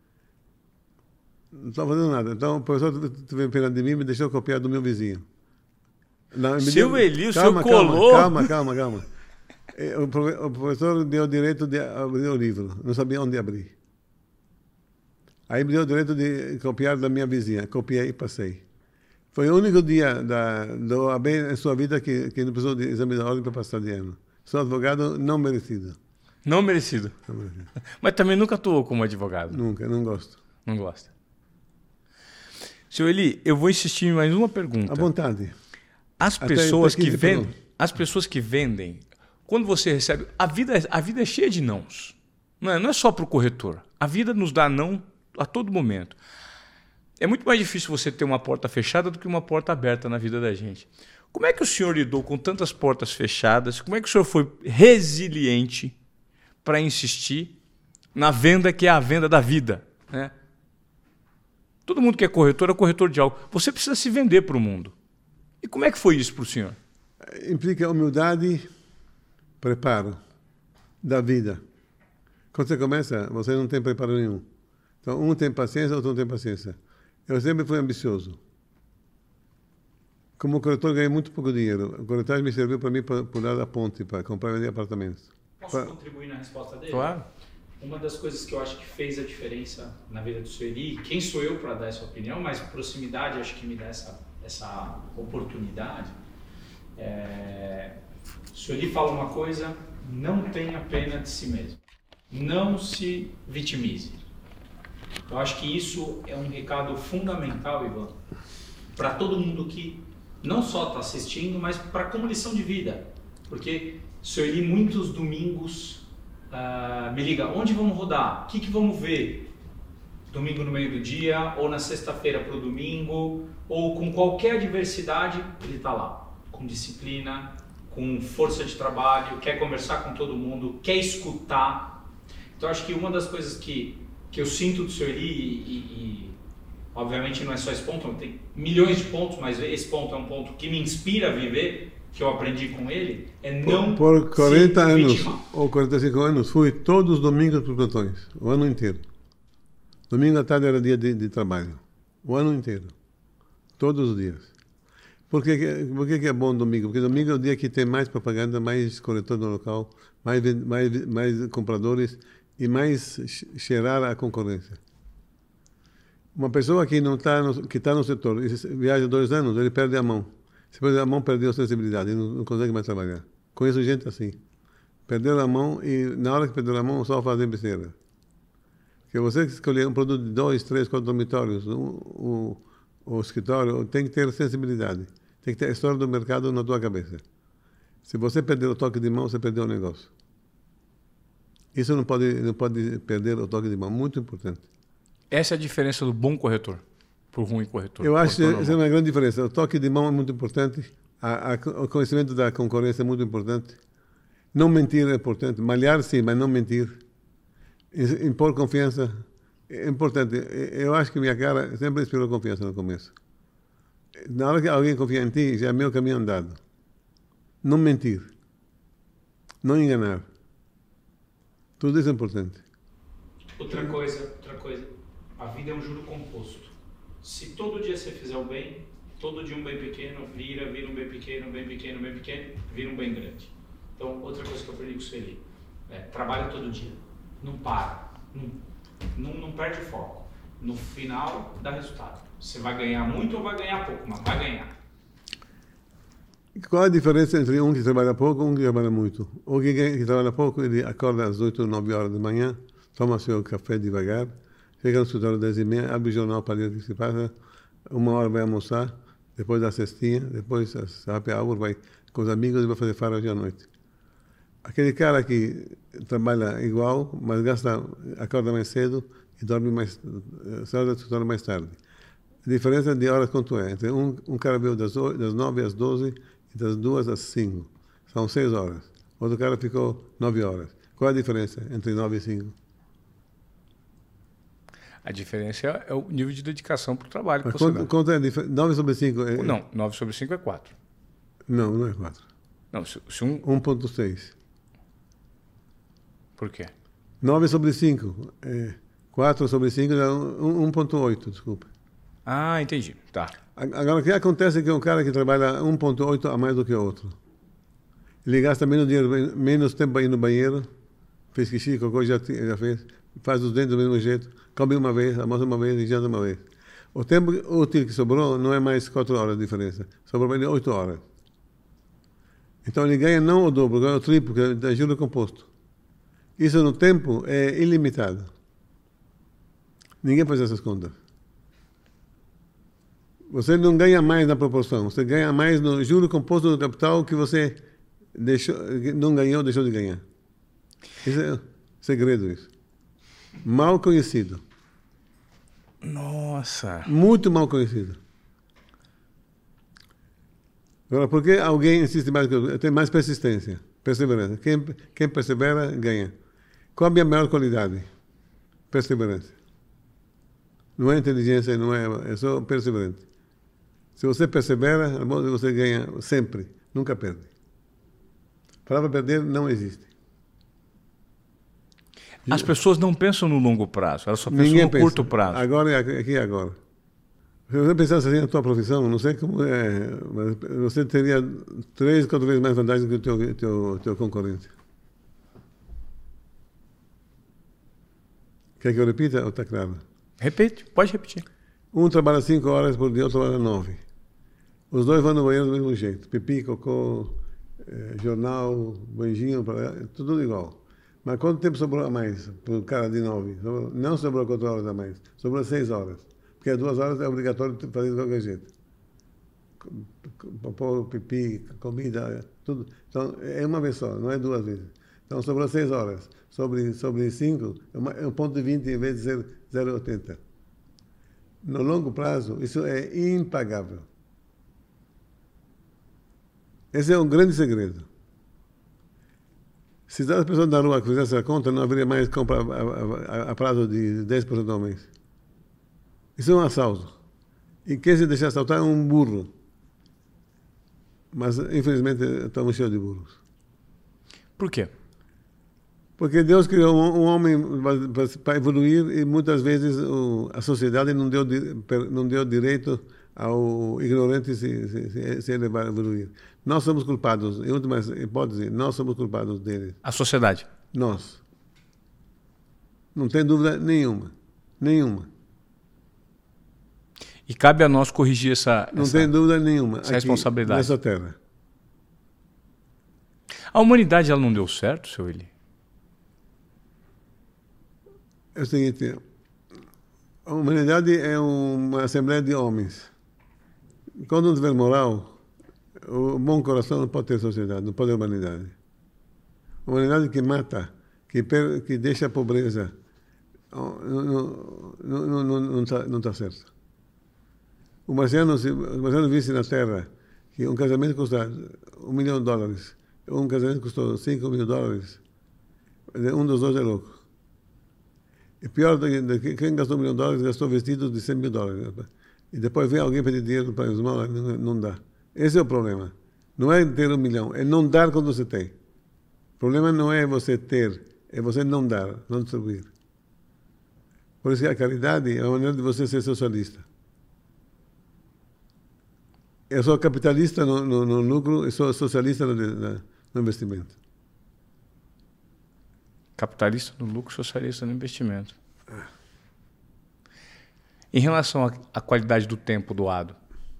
Não estou fazendo nada. Então, o professor veio perante de mim e me deixou copiar do meu vizinho. Seu Eli, o senhor colou... Calma. O professor deu o direito de abrir o livro. Não sabia onde abrir. Aí me deu o direito de copiar da minha vizinha. Copiei e passei. Foi o único dia do OAB em sua vida que não precisou de exame da ordem para passar de ano. Sou advogado não merecido. Não merecido? Não merecido. Mas também nunca atuou como advogado? Nunca, não gosto. Não gosta. Senhor Eli, eu vou insistir em mais uma pergunta. À vontade. As pessoas que vendem, quando você recebe... A vida é cheia de nãos. Não é só para o corretor. A vida nos dá não a todo momento. É muito mais difícil você ter uma porta fechada do que uma porta aberta na vida da gente. Como é que o senhor lidou com tantas portas fechadas? Como é que o senhor foi resiliente para insistir na venda que é a venda da vida, né? Todo mundo que é corretor de algo. Você precisa se vender para o mundo. E como é que foi isso para o senhor? Implica humildade, preparo da vida. Quando você começa, você não tem preparo nenhum. Então, um tem paciência, outro não tem paciência. Eu sempre fui ambicioso. Como corretor, ganhei muito pouco dinheiro. A corretagem me serviu para mim para pular da ponte, para comprar e vender apartamentos. Posso contribuir na resposta dele? Claro. Uma das coisas que eu acho que fez a diferença na vida do senhor Eli, quem sou eu para dar essa opinião, mas proximidade acho que me dá essa oportunidade. O senhor Eli fala uma coisa: não tenha pena de si mesmo. Não se vitimize. Eu acho que isso é um recado fundamental, Ivan, para todo mundo que não só está assistindo, mas para como lição de vida. Porque o senhor Eli, muitos domingos, me liga: onde vamos rodar? O que vamos ver? Domingo no meio do dia, ou na sexta-feira para o domingo, ou com qualquer adversidade, ele está lá, com disciplina, com força de trabalho, quer conversar com todo mundo, quer escutar. Então acho que uma das coisas que eu sinto do senhor Eli, e obviamente não é só esse ponto, tem milhões de pontos, mas esse ponto é um ponto que me inspira a viver, que eu aprendi com ele, é não por 40 se anos vitimar. ou 45 anos, fui todos os domingos para os plantões, o ano inteiro. Domingo à tarde era dia de trabalho, o ano inteiro, todos os dias. Por que é bom domingo? Porque domingo é o dia que tem mais propaganda, mais corretor no local, mais compradores e mais cheirar a concorrência. Uma pessoa que está no setor e viaja 2 anos, ele perde a mão. Se perder a mão, perdeu a sensibilidade, não consegue mais trabalhar. Conheço gente assim. Perderam a mão e na hora que perderam a mão, só fazem besteira. Porque você escolher um produto de 2, 3, 4 dormitórios, o escritório, tem que ter sensibilidade. Tem que ter a história do mercado na tua cabeça. Se você perder o toque de mão, você perdeu o negócio. Isso não pode perder o toque de mão, muito importante. Essa é a diferença do bom corretor para o ruim corretor. Eu acho que essa é uma grande diferença. O toque de mão é muito importante, O conhecimento da concorrência é muito importante. Não mentir é importante. Malhar, sim, mas não mentir. Impor confiança é importante. Eu acho que minha cara sempre inspirou confiança no começo. Na hora que alguém confia em ti, já é meu caminho andado. Não mentir. Não enganar. Tudo isso é importante. Outra coisa. A vida é um juro composto. Se todo dia você fizer o bem, todo dia um bem pequeno vira um bem pequeno, vira um bem grande. Então, outra coisa que eu aprendi com o Sueli, trabalha todo dia. Não para. Não perde foco. No final, dá resultado. Você vai ganhar muito ou vai ganhar pouco, mas vai ganhar. Qual a diferença entre um que trabalha pouco e um que trabalha muito? O que trabalha pouco, ele acorda às 8 ou 9 horas da manhã, toma seu café devagar, chega no escritório às 10h30, abre o jornal para ler o que se passa, 1 hora vai almoçar, depois da cestinha, depois a happy hour, vai com os amigos e vai fazer farra hoje à noite. Aquele cara que trabalha igual, mas acorda mais cedo e dorme sai do escritório mais tarde. A diferença de horas quanto é? Entre um cara veio das 9 às 12 e das 2 às 5. São 6 horas. Outro cara ficou 9 horas. Qual é a diferença entre 9 e 5? A diferença é o nível de dedicação para o trabalho. Mas quanto é a diferença? 9 sobre 5 é... Não, 9 sobre 5 é 4. Não é 4. Não, se 1,6. Por quê? 9 sobre 5. 4 sobre 5 dá 1,8, desculpa. Ah, entendi. Tá. Agora, o que acontece é que um cara que trabalha 1,8 a mais do que o outro, ele gasta menos tempo para ir no banheiro, fez xixi, cocô, já fez, faz os dentes do mesmo jeito, come uma vez, almoça uma vez e janta uma vez. O tempo útil que sobrou não é mais 4 horas de diferença, sobrou para ele 8 horas. Então ele ganha não o dobro, ganha o triplo, que é juro composto. Isso no tempo é ilimitado. Ninguém faz essas contas. Você não ganha mais na proporção, você ganha mais no juro composto do capital que você não ganhou, deixou de ganhar. Esse é o segredo, isso. Mal conhecido. Nossa! Muito mal conhecido. Agora, por que alguém insiste mais que eu? Tem mais persistência, perseverança. Quem persevera, ganha. Qual a minha maior qualidade? Perseverança. Não é inteligência, é só perseverante. Se você persevera, você ganha sempre, nunca perde. Palavra perder não existe. As pessoas não pensam no longo prazo, elas só pensam no curto prazo. Agora é aqui e agora. Se você pensasse assim na tua profissão, não sei como é, mas você teria 3, 4 vezes mais vantagem que o teu concorrente. Quer que eu repita ou está claro? Repete, pode repetir. Um trabalha 5 horas por dia, outro trabalha 9. Os dois vão no banheiro do mesmo jeito. Pipi, cocô, jornal, banjinho, tudo igual. Mas quanto tempo sobrou a mais para o cara de 9? Não sobrou 4 horas a mais, sobrou 6 horas. Porque 2 horas é obrigatório fazer de qualquer jeito. Popô, pipi, comida, tudo. Então, é uma vez só, não é 2 vezes. Então, sobrou 6 horas. Sobre 5, é 1,20 em vez de ser 0,80. No longo prazo, isso é impagável. Esse é um grande segredo. Se as pessoas da rua fizessem a conta, não haveria mais compra a prazo de 10% ao mês. Isso é um assalto. E quem se deixar assaltar é um burro. Mas, infelizmente, estamos cheios de burros. Por quê? Porque Deus criou um homem para evoluir e muitas vezes a sociedade não deu direito ao ignorante se elevar a evoluir. Nós somos culpados, em última hipótese, nós somos culpados deles. A sociedade? Nós. Não tem dúvida nenhuma. Nenhuma. E cabe a nós corrigir não tem dúvida nenhuma. Essa responsabilidade. Nessa terra. A humanidade ela não deu certo, seu Eli? É o seguinte, a humanidade é uma assembleia de homens. Quando não tiver moral, o bom coração não pode ter sociedade, não pode ter humanidade. A humanidade que mata, que deixa a pobreza, não está certo. Os marcianos vissem na Terra que um casamento custa $1 milhão, um casamento custou $5 mil, um dos dois é louco. E pior, quem gastou $1 milhão gastou vestidos de $100 mil. E depois vem alguém pedir dinheiro para os irmãos, não dá. Esse é o problema. Não é ter $1 milhão, é não dar quando você tem. O problema não é você ter, é você não dar, não distribuir. Por isso que a caridade é a maneira de você ser socialista. Eu sou capitalista no lucro e sou socialista no investimento. Capitalista no lucro, socialista no investimento. Em relação à qualidade do tempo doado?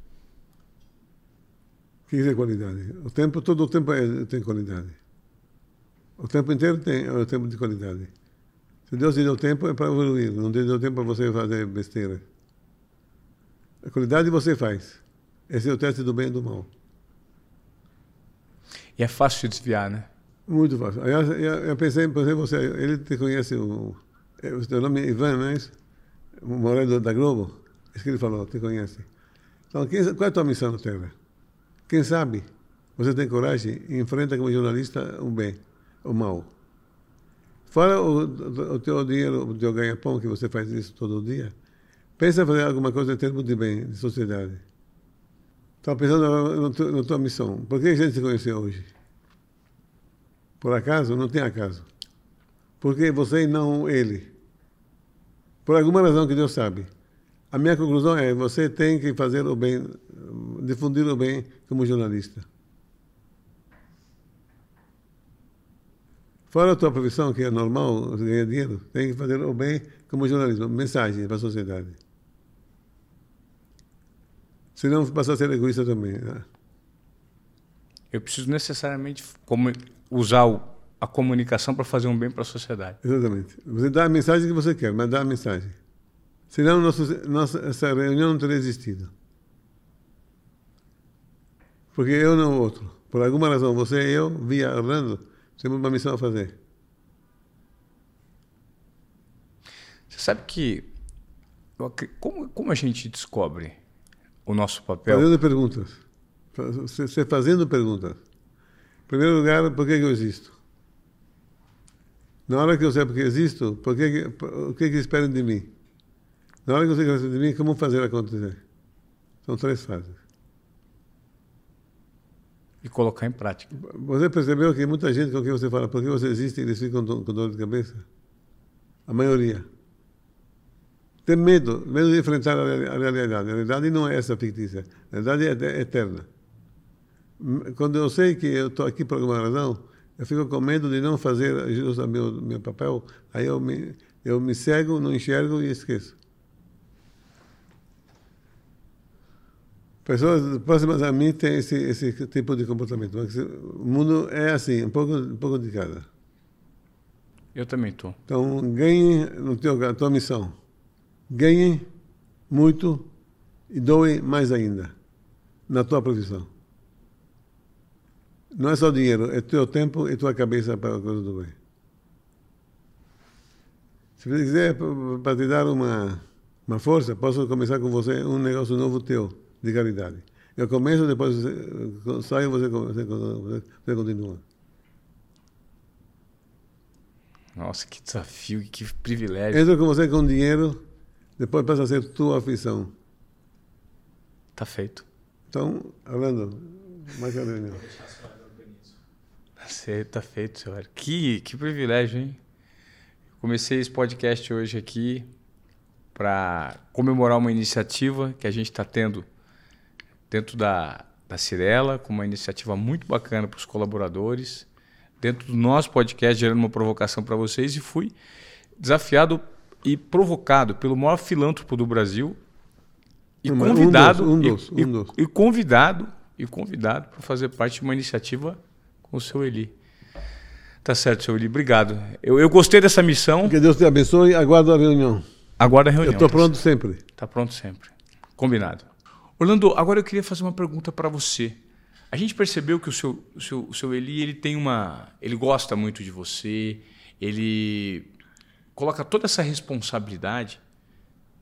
O que é qualidade? Todo o tempo tem qualidade. O tempo inteiro é o tempo de qualidade. Se Deus te deu tempo, é para evoluir. Não te deu tempo para você fazer besteira. A qualidade você faz. Esse é o teste do bem e do mal. E é fácil de desviar, né? Muito fácil. Eu pensei, por exemplo, ele te conhece, o teu nome é Ivan, não é isso? O Moreno da Globo? Isso que ele falou, te conhece. Então, qual é a tua missão na Terra? Quem sabe você tem coragem e enfrenta como jornalista o bem, o mal. Fora o teu dinheiro, o teu ganha-pão, que você faz isso todo dia, pensa em fazer alguma coisa em termos de bem, de sociedade. Estava pensando na tua missão. Por que a gente se conheceu hoje? Por acaso? Não tem acaso. Porque você e não ele. Por alguma razão que Deus sabe. A minha conclusão é: você tem que fazer o bem, difundir o bem como jornalista. Fora a tua profissão, que é normal, você ganha dinheiro, tem que fazer o bem como jornalismo, mensagem para a sociedade. Senão passa a ser egoísta também. Né? Eu preciso necessariamente usar a comunicação para fazer um bem para a sociedade. Exatamente. Você dá a mensagem que você quer, mas dá a mensagem. Senão essa reunião não teria existido. Porque eu não o outro. Por alguma razão, você e eu, via Orlando, temos uma missão a fazer. Você sabe que... Como a gente descobre o nosso papel? Fazendo perguntas. Você fazendo perguntas. Em primeiro lugar, por que eu existo? Na hora que eu sei por que existo, o que esperam de mim? Na hora que você quer de mim, como fazer acontecer? São 3 fases. E colocar em prática. Você percebeu que muita gente com quem você fala, por que você existe, eles ficam com dor de cabeça? A maioria. Tem medo de enfrentar a realidade. A realidade não é essa fictícia. A realidade é eterna. Quando eu sei que eu estou aqui por alguma razão, eu fico com medo de não fazer jus ao meu papel, aí eu me cego, não enxergo e esqueço. Pessoas próximas a mim têm esse tipo de comportamento. O mundo é assim, um pouco de cada. Eu também estou. Então, ganhe na tua missão. Ganhe muito e doe mais ainda na tua profissão. Não é só dinheiro, é teu tempo e tua cabeça para a coisa do bem. Se você quiser, para te dar uma força, posso começar com você um negócio novo teu, de caridade. Eu começo, depois saio, você continua. Nossa, que desafio, que privilégio. Entra com você com dinheiro, depois passa a ser tua aflição. Tá feito. Então, Orlando, mais uma reunião. Você tá feito, senhor. Que privilégio, hein? Comecei esse podcast hoje aqui para comemorar uma iniciativa que a gente está tendo dentro da Cirela, com uma iniciativa muito bacana para os colaboradores, dentro do nosso podcast, gerando uma provocação para vocês, e fui desafiado e provocado pelo maior filântropo do Brasil e convidado para fazer parte de uma iniciativa com o seu Eli. Tá certo, seu Eli, obrigado. Eu gostei dessa missão. Que Deus te abençoe e aguardo a reunião. Aguarda a reunião. Eu estou pronto sempre. Está pronto sempre. Combinado. Orlando, agora eu queria fazer uma pergunta para você. A gente percebeu que o seu Eli, ele gosta muito de você, ele coloca toda essa responsabilidade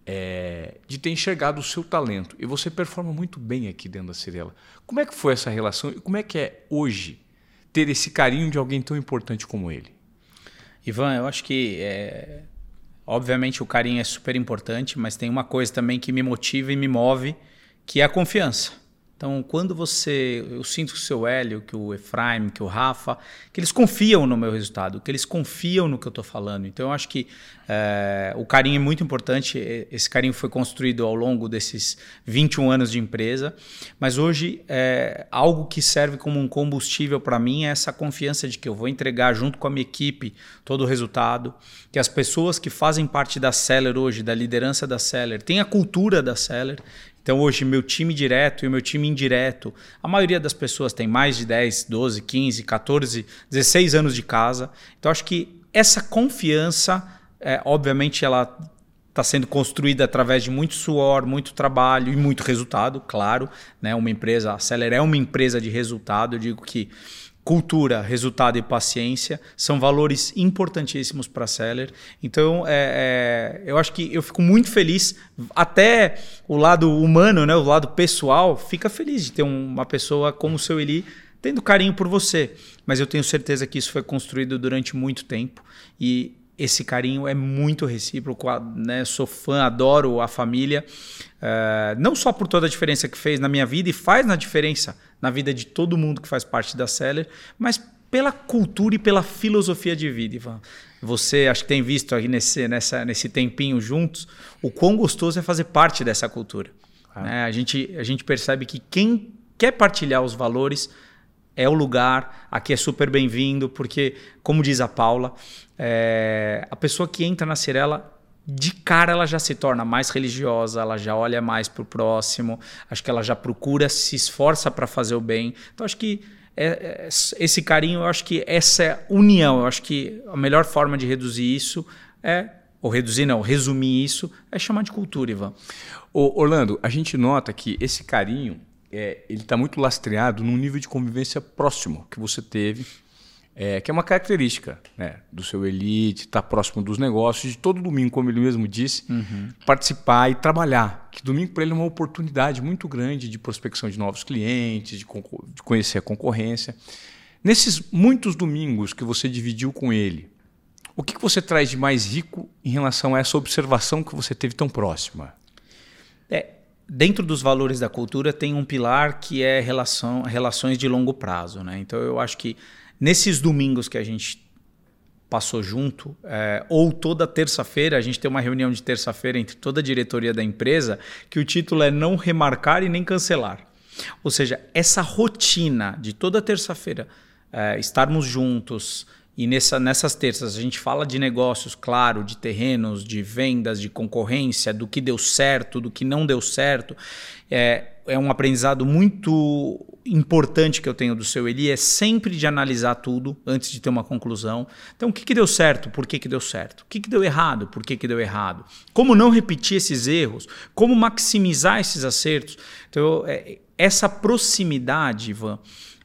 de ter enxergado o seu talento. E você performa muito bem aqui dentro da Cyrela. Como é que foi essa relação e como é que é hoje ter esse carinho de alguém tão importante como ele? Ivan, eu acho que, obviamente, o carinho é super importante, mas tem uma coisa também que me motiva e me move, que é a confiança. Então, quando eu sinto que o seu Hélio, que o Efraim, que o Rafa, que eles confiam no meu resultado, que eles confiam no que eu estou falando. Então, eu acho que o carinho é muito importante. Esse carinho foi construído ao longo desses 21 anos de empresa, mas hoje algo que serve como um combustível para mim é essa confiança de que eu vou entregar junto com a minha equipe todo o resultado, que as pessoas que fazem parte da Seller hoje, da liderança da Seller, têm a cultura da Seller. Então hoje meu time direto e o meu time indireto, a maioria das pessoas tem mais de 10, 12, 15, 14, 16 anos de casa. Então acho que essa confiança, obviamente ela está sendo construída através de muito suor, muito trabalho e muito resultado, claro. Né? A Seller é uma empresa de resultado, eu digo que cultura, resultado e paciência são valores importantíssimos para a Seller. Então, eu acho que eu fico muito feliz, até o lado humano, né, o lado pessoal, fica feliz de ter uma pessoa como o seu Eli tendo carinho por você. Mas eu tenho certeza que isso foi construído durante muito tempo e esse carinho é muito recíproco, né? Sou fã, adoro a família, não só por toda a diferença que fez na minha vida e faz na diferença na vida de todo mundo que faz parte da Seller, mas pela cultura e pela filosofia de vida, Ivan. Você acho que tem visto aí nesse tempinho juntos o quão gostoso é fazer parte dessa cultura. Né? A gente percebe que quem quer partilhar os valores é o lugar, aqui é super bem-vindo, porque, como diz a Paula, a pessoa que entra na Cyrela, de cara ela já se torna mais religiosa, ela já olha mais para o próximo, acho que ela já procura, se esforça para fazer o bem. Então acho que esse carinho, eu acho que essa união, eu acho que a melhor forma de reduzir isso resumir isso é chamar de cultura, Ivan. Orlando, a gente nota que esse carinho ele está muito lastreado num nível de convivência próximo que você teve, que é uma característica, né, do seu elite, estar próximo dos negócios, de todo domingo, como ele mesmo disse, participar e trabalhar. Que domingo para ele é uma oportunidade muito grande de prospecção de novos clientes, de conhecer a concorrência. Nesses muitos domingos que você dividiu com ele, o que você traz de mais rico em relação a essa observação que você teve tão próxima? Dentro dos valores da cultura tem um pilar que é relações de longo prazo. Né? Então eu acho que nesses domingos que a gente passou junto, ou toda terça-feira, a gente tem uma reunião de terça-feira entre toda a diretoria da empresa, que o título é Não Remarcar e Nem Cancelar. Ou seja, essa rotina de toda terça-feira estarmos juntos, e nessas terças a gente fala de negócios, claro, de terrenos, de vendas, de concorrência, do que deu certo, do que não deu certo. É um aprendizado muito importante que eu tenho do seu Eli, é sempre de analisar tudo antes de ter uma conclusão. Então, o que deu certo? Por que deu certo? O que deu errado? Por que deu errado? Como não repetir esses erros? Como maximizar esses acertos? Então, essa proximidade, Ivan,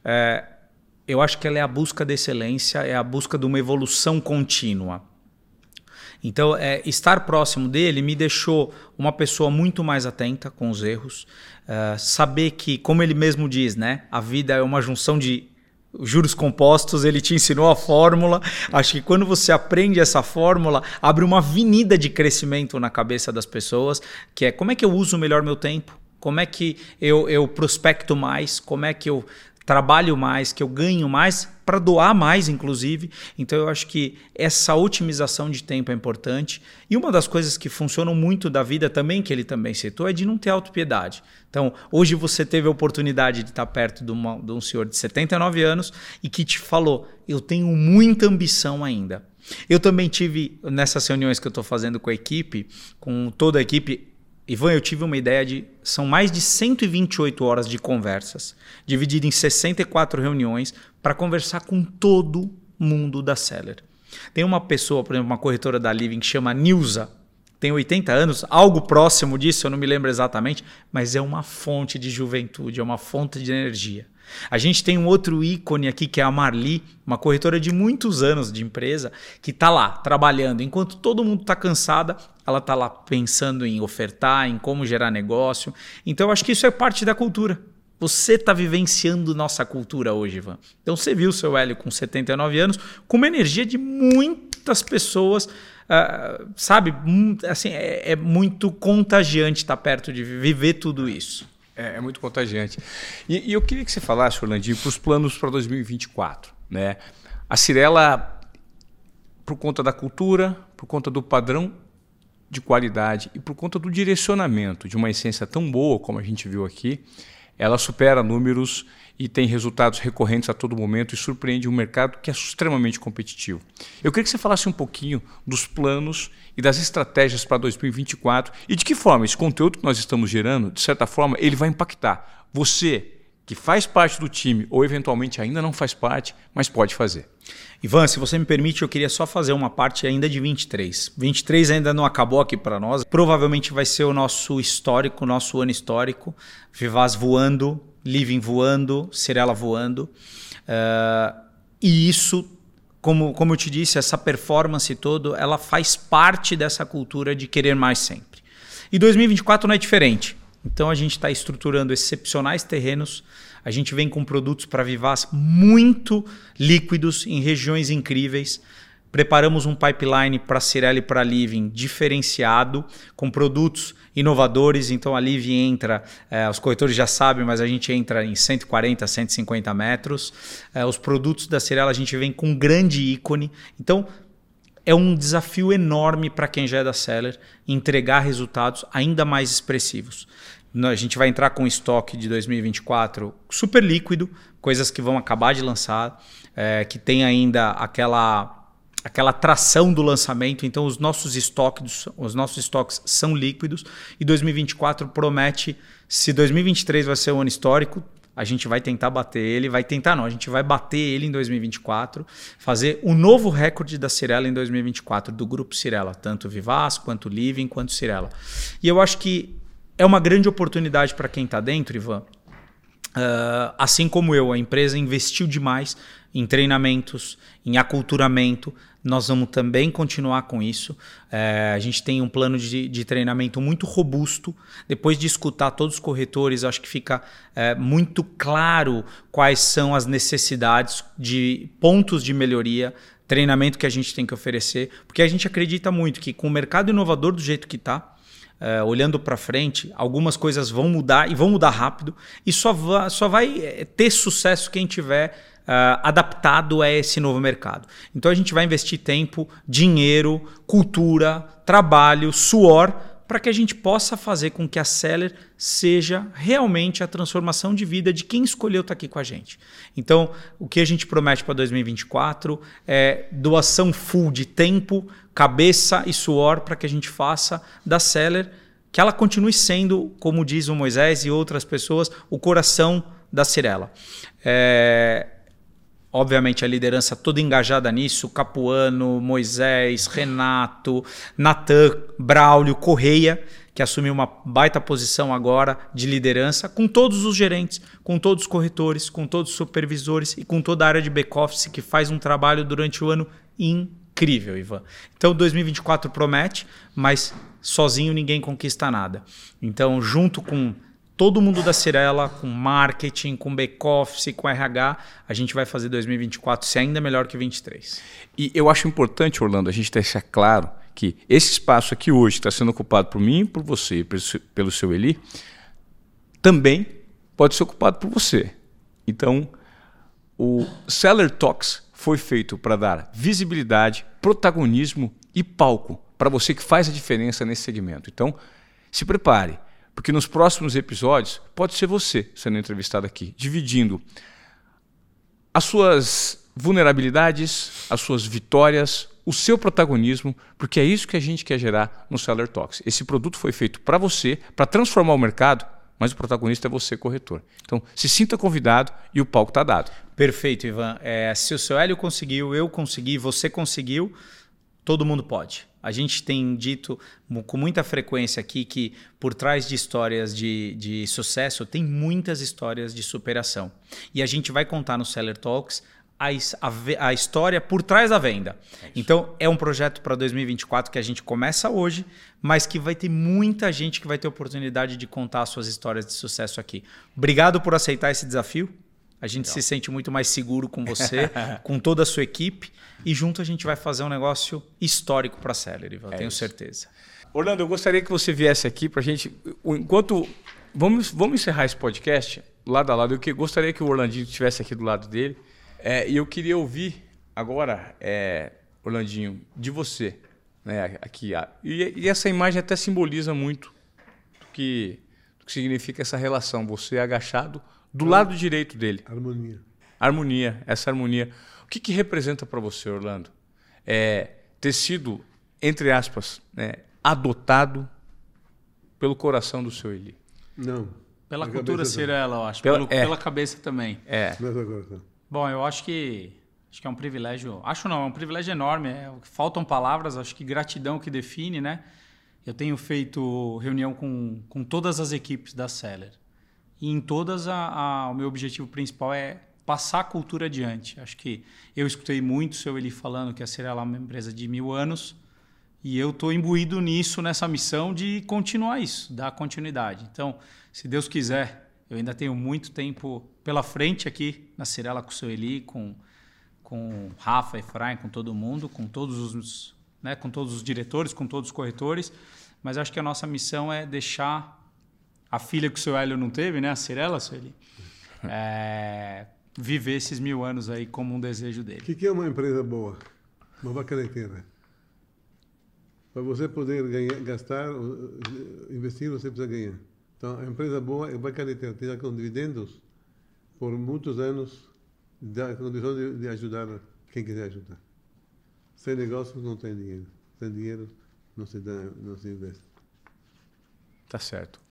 eu acho que ela é a busca da excelência, é a busca de uma evolução contínua. Então, estar próximo dele me deixou uma pessoa muito mais atenta com os erros, saber que, como ele mesmo diz, né, a vida é uma junção de juros compostos, ele te ensinou a fórmula. Acho que quando você aprende essa fórmula, abre uma avenida de crescimento na cabeça das pessoas, que é como é que eu uso melhor meu tempo, como é que eu prospecto mais, como é que eu trabalho mais, que eu ganho mais, para doar mais, inclusive. Então, eu acho que essa otimização de tempo é importante. E uma das coisas que funcionam muito da vida também, que ele também citou, é de não ter autopiedade. Então, hoje você teve a oportunidade de estar perto de um senhor de 79 anos e que te falou, eu tenho muita ambição ainda. Eu também tive, nessas reuniões que eu estou fazendo com a equipe, com toda a equipe, Ivan, eu tive uma ideia são mais de 128 horas de conversas, dividido em 64 reuniões, para conversar com todo mundo da Seller. Tem uma pessoa, por exemplo, uma corretora da Living, que chama Nilza, tem 80 anos, algo próximo disso, eu não me lembro exatamente, mas é uma fonte de juventude, é uma fonte de energia. A gente tem um outro ícone aqui que é a Marli, uma corretora de muitos anos de empresa, que está lá trabalhando. Enquanto todo mundo está cansada, ela está lá pensando em ofertar, em como gerar negócio. Então eu acho que isso é parte da cultura. Você está vivenciando nossa cultura hoje, Ivan. Então você viu o seu Hélio com 79 anos, com uma energia de muitas pessoas, sabe? Assim, é muito contagiante estar perto de viver tudo isso. É muito contagiante. E eu queria que você falasse, Orlandinho, para os planos para 2024. Né? A Cyrela, por conta da cultura, por conta do padrão de qualidade e por conta do direcionamento de uma essência tão boa como a gente viu aqui, ela supera números e tem resultados recorrentes a todo momento e surpreende um mercado que é extremamente competitivo. Eu queria que você falasse um pouquinho dos planos e das estratégias para 2024 e de que forma esse conteúdo que nós estamos gerando, de certa forma, ele vai impactar você que faz parte do time ou eventualmente ainda não faz parte, mas pode fazer. Ivan, se você me permite, eu queria só fazer uma parte ainda de 23. 23 ainda não acabou aqui para nós. Provavelmente vai ser o nosso histórico, nosso ano histórico. Vivaz voando, Living voando, Cyrela voando. E isso, como eu te disse, essa performance toda, ela faz parte dessa cultura de querer mais sempre. E 2024 não é diferente. Então a gente está estruturando excepcionais terrenos, a gente vem com produtos para Vivaz muito líquidos em regiões incríveis. Preparamos um pipeline para a Cyrela e para a Living diferenciado, com produtos inovadores. Então a Living entra, os corretores já sabem, mas a gente entra em 140, 150 metros. Os produtos da Cyrela a gente vem com um grande ícone. Então é um desafio enorme para quem já é da Seller entregar resultados ainda mais expressivos. A gente vai entrar com estoque de 2024 super líquido, coisas que vão acabar de lançar, que tem ainda aquela tração do lançamento. Então os nossos estoques são líquidos e 2024 promete, se 2023 vai ser um ano histórico, a gente vai tentar bater ele, a gente vai bater ele em 2024, fazer o novo recorde da Cyrela em 2024, do grupo Cyrela, tanto Vivaz, quanto Living, quanto Cyrela. E eu acho que é uma grande oportunidade para quem está dentro, Ivan. Assim como eu, a empresa investiu demais em treinamentos, em aculturamento. Nós vamos também continuar com isso. A gente tem um plano de treinamento muito robusto. Depois de escutar todos os corretores, acho que fica muito claro quais são as necessidades de pontos de melhoria, treinamento que a gente tem que oferecer, porque a gente acredita muito que com o mercado inovador do jeito que está, olhando para frente, algumas coisas vão mudar e vão mudar rápido e só vai ter sucesso quem tiver adaptado a esse novo mercado. Então a gente vai investir tempo, dinheiro, cultura, trabalho, suor para que a gente possa fazer com que a Seller seja realmente a transformação de vida de quem escolheu estar aqui com a gente. Então, o que a gente promete para 2024 é doação full de tempo, cabeça e suor para que a gente faça da Seller, que ela continue sendo, como diz o Moisés e outras pessoas, o coração da Cyrela. Obviamente a liderança toda engajada nisso, Capuano, Moisés, Renato, Natan, Braulio, Correia, que assumiu uma baita posição agora de liderança, com todos os gerentes, com todos os corretores, com todos os supervisores e com toda a área de back-office que faz um trabalho durante o ano incrível, Ivan. Então 2024 promete, mas sozinho ninguém conquista nada. Então junto com todo mundo da Cyrela, com marketing, com back-office, com RH, a gente vai fazer 2024 ser ainda melhor que 2023. E eu acho importante, Orlando, a gente deixar claro que esse espaço aqui hoje está sendo ocupado por mim, por você e pelo seu Eli, também pode ser ocupado por você. Então, o Seller Talks foi feito para dar visibilidade, protagonismo e palco para você que faz a diferença nesse segmento. Então, se prepare. Porque nos próximos episódios pode ser você sendo entrevistado aqui, dividindo as suas vulnerabilidades, as suas vitórias, o seu protagonismo, porque é isso que a gente quer gerar no Seller Talks. Esse produto foi feito para você, para transformar o mercado, mas o protagonista é você, corretor. Então, se sinta convidado e o palco está dado. Perfeito, Ivan. Se o seu Hélio conseguiu, eu consegui, você conseguiu, todo mundo pode. A gente tem dito com muita frequência aqui que por trás de histórias de sucesso tem muitas histórias de superação. E a gente vai contar no Seller Talks a história por trás da venda. Então, é um projeto para 2024 que a gente começa hoje, mas que vai ter muita gente que vai ter oportunidade de contar as suas histórias de sucesso aqui. Obrigado por aceitar esse desafio. A gente se sente muito mais seguro com você, com toda a sua equipe, e junto a gente vai fazer um negócio histórico para a Seller, eu tenho certeza. Orlando, eu gostaria que você viesse aqui para a gente, enquanto... Vamos encerrar esse podcast lado a lado. Eu gostaria que o Orlandinho estivesse aqui do lado dele. E eu queria ouvir agora, Orlandinho, de você, né, aqui. E essa imagem até simboliza muito do que significa essa relação. Você agachado do lado direito dele. Harmonia. Essa harmonia. O que representa para você, Orlando, ter sido, entre aspas, né, adotado pelo coração do seu Eli? Não. Pela cultura Cirela, eu acho. Pela cabeça também. Bom, eu acho que é um privilégio. Acho não, é um privilégio enorme. Faltam palavras, acho que gratidão que define, né? Eu tenho feito reunião com todas as equipes da Seller. E em todas, o meu objetivo principal é passar a cultura adiante. Acho que eu escutei muito o seu Eli falando que a Cirela é uma empresa de 1000 anos. E eu estou imbuído nisso, nessa missão de continuar isso, dar continuidade. Então, se Deus quiser, eu ainda tenho muito tempo pela frente aqui na Cirela com o seu Eli, com Rafa, Efraim, com todo mundo, com todos os diretores, com todos os corretores. Mas acho que a nossa missão é deixar a filha que o seu Hélio não teve, né? A Cirela, seu Eli, viver esses 1000 anos aí como um desejo dele. O que é uma empresa boa? Uma vaca leiteira. Para você poder gastar, investir, você precisa ganhar. Então, a empresa boa é vaca leiteira, te dá com dividendos por muitos anos, dá condição de ajudar quem quiser ajudar. Sem negócios não tem dinheiro. Sem dinheiro não se investe. Tá certo.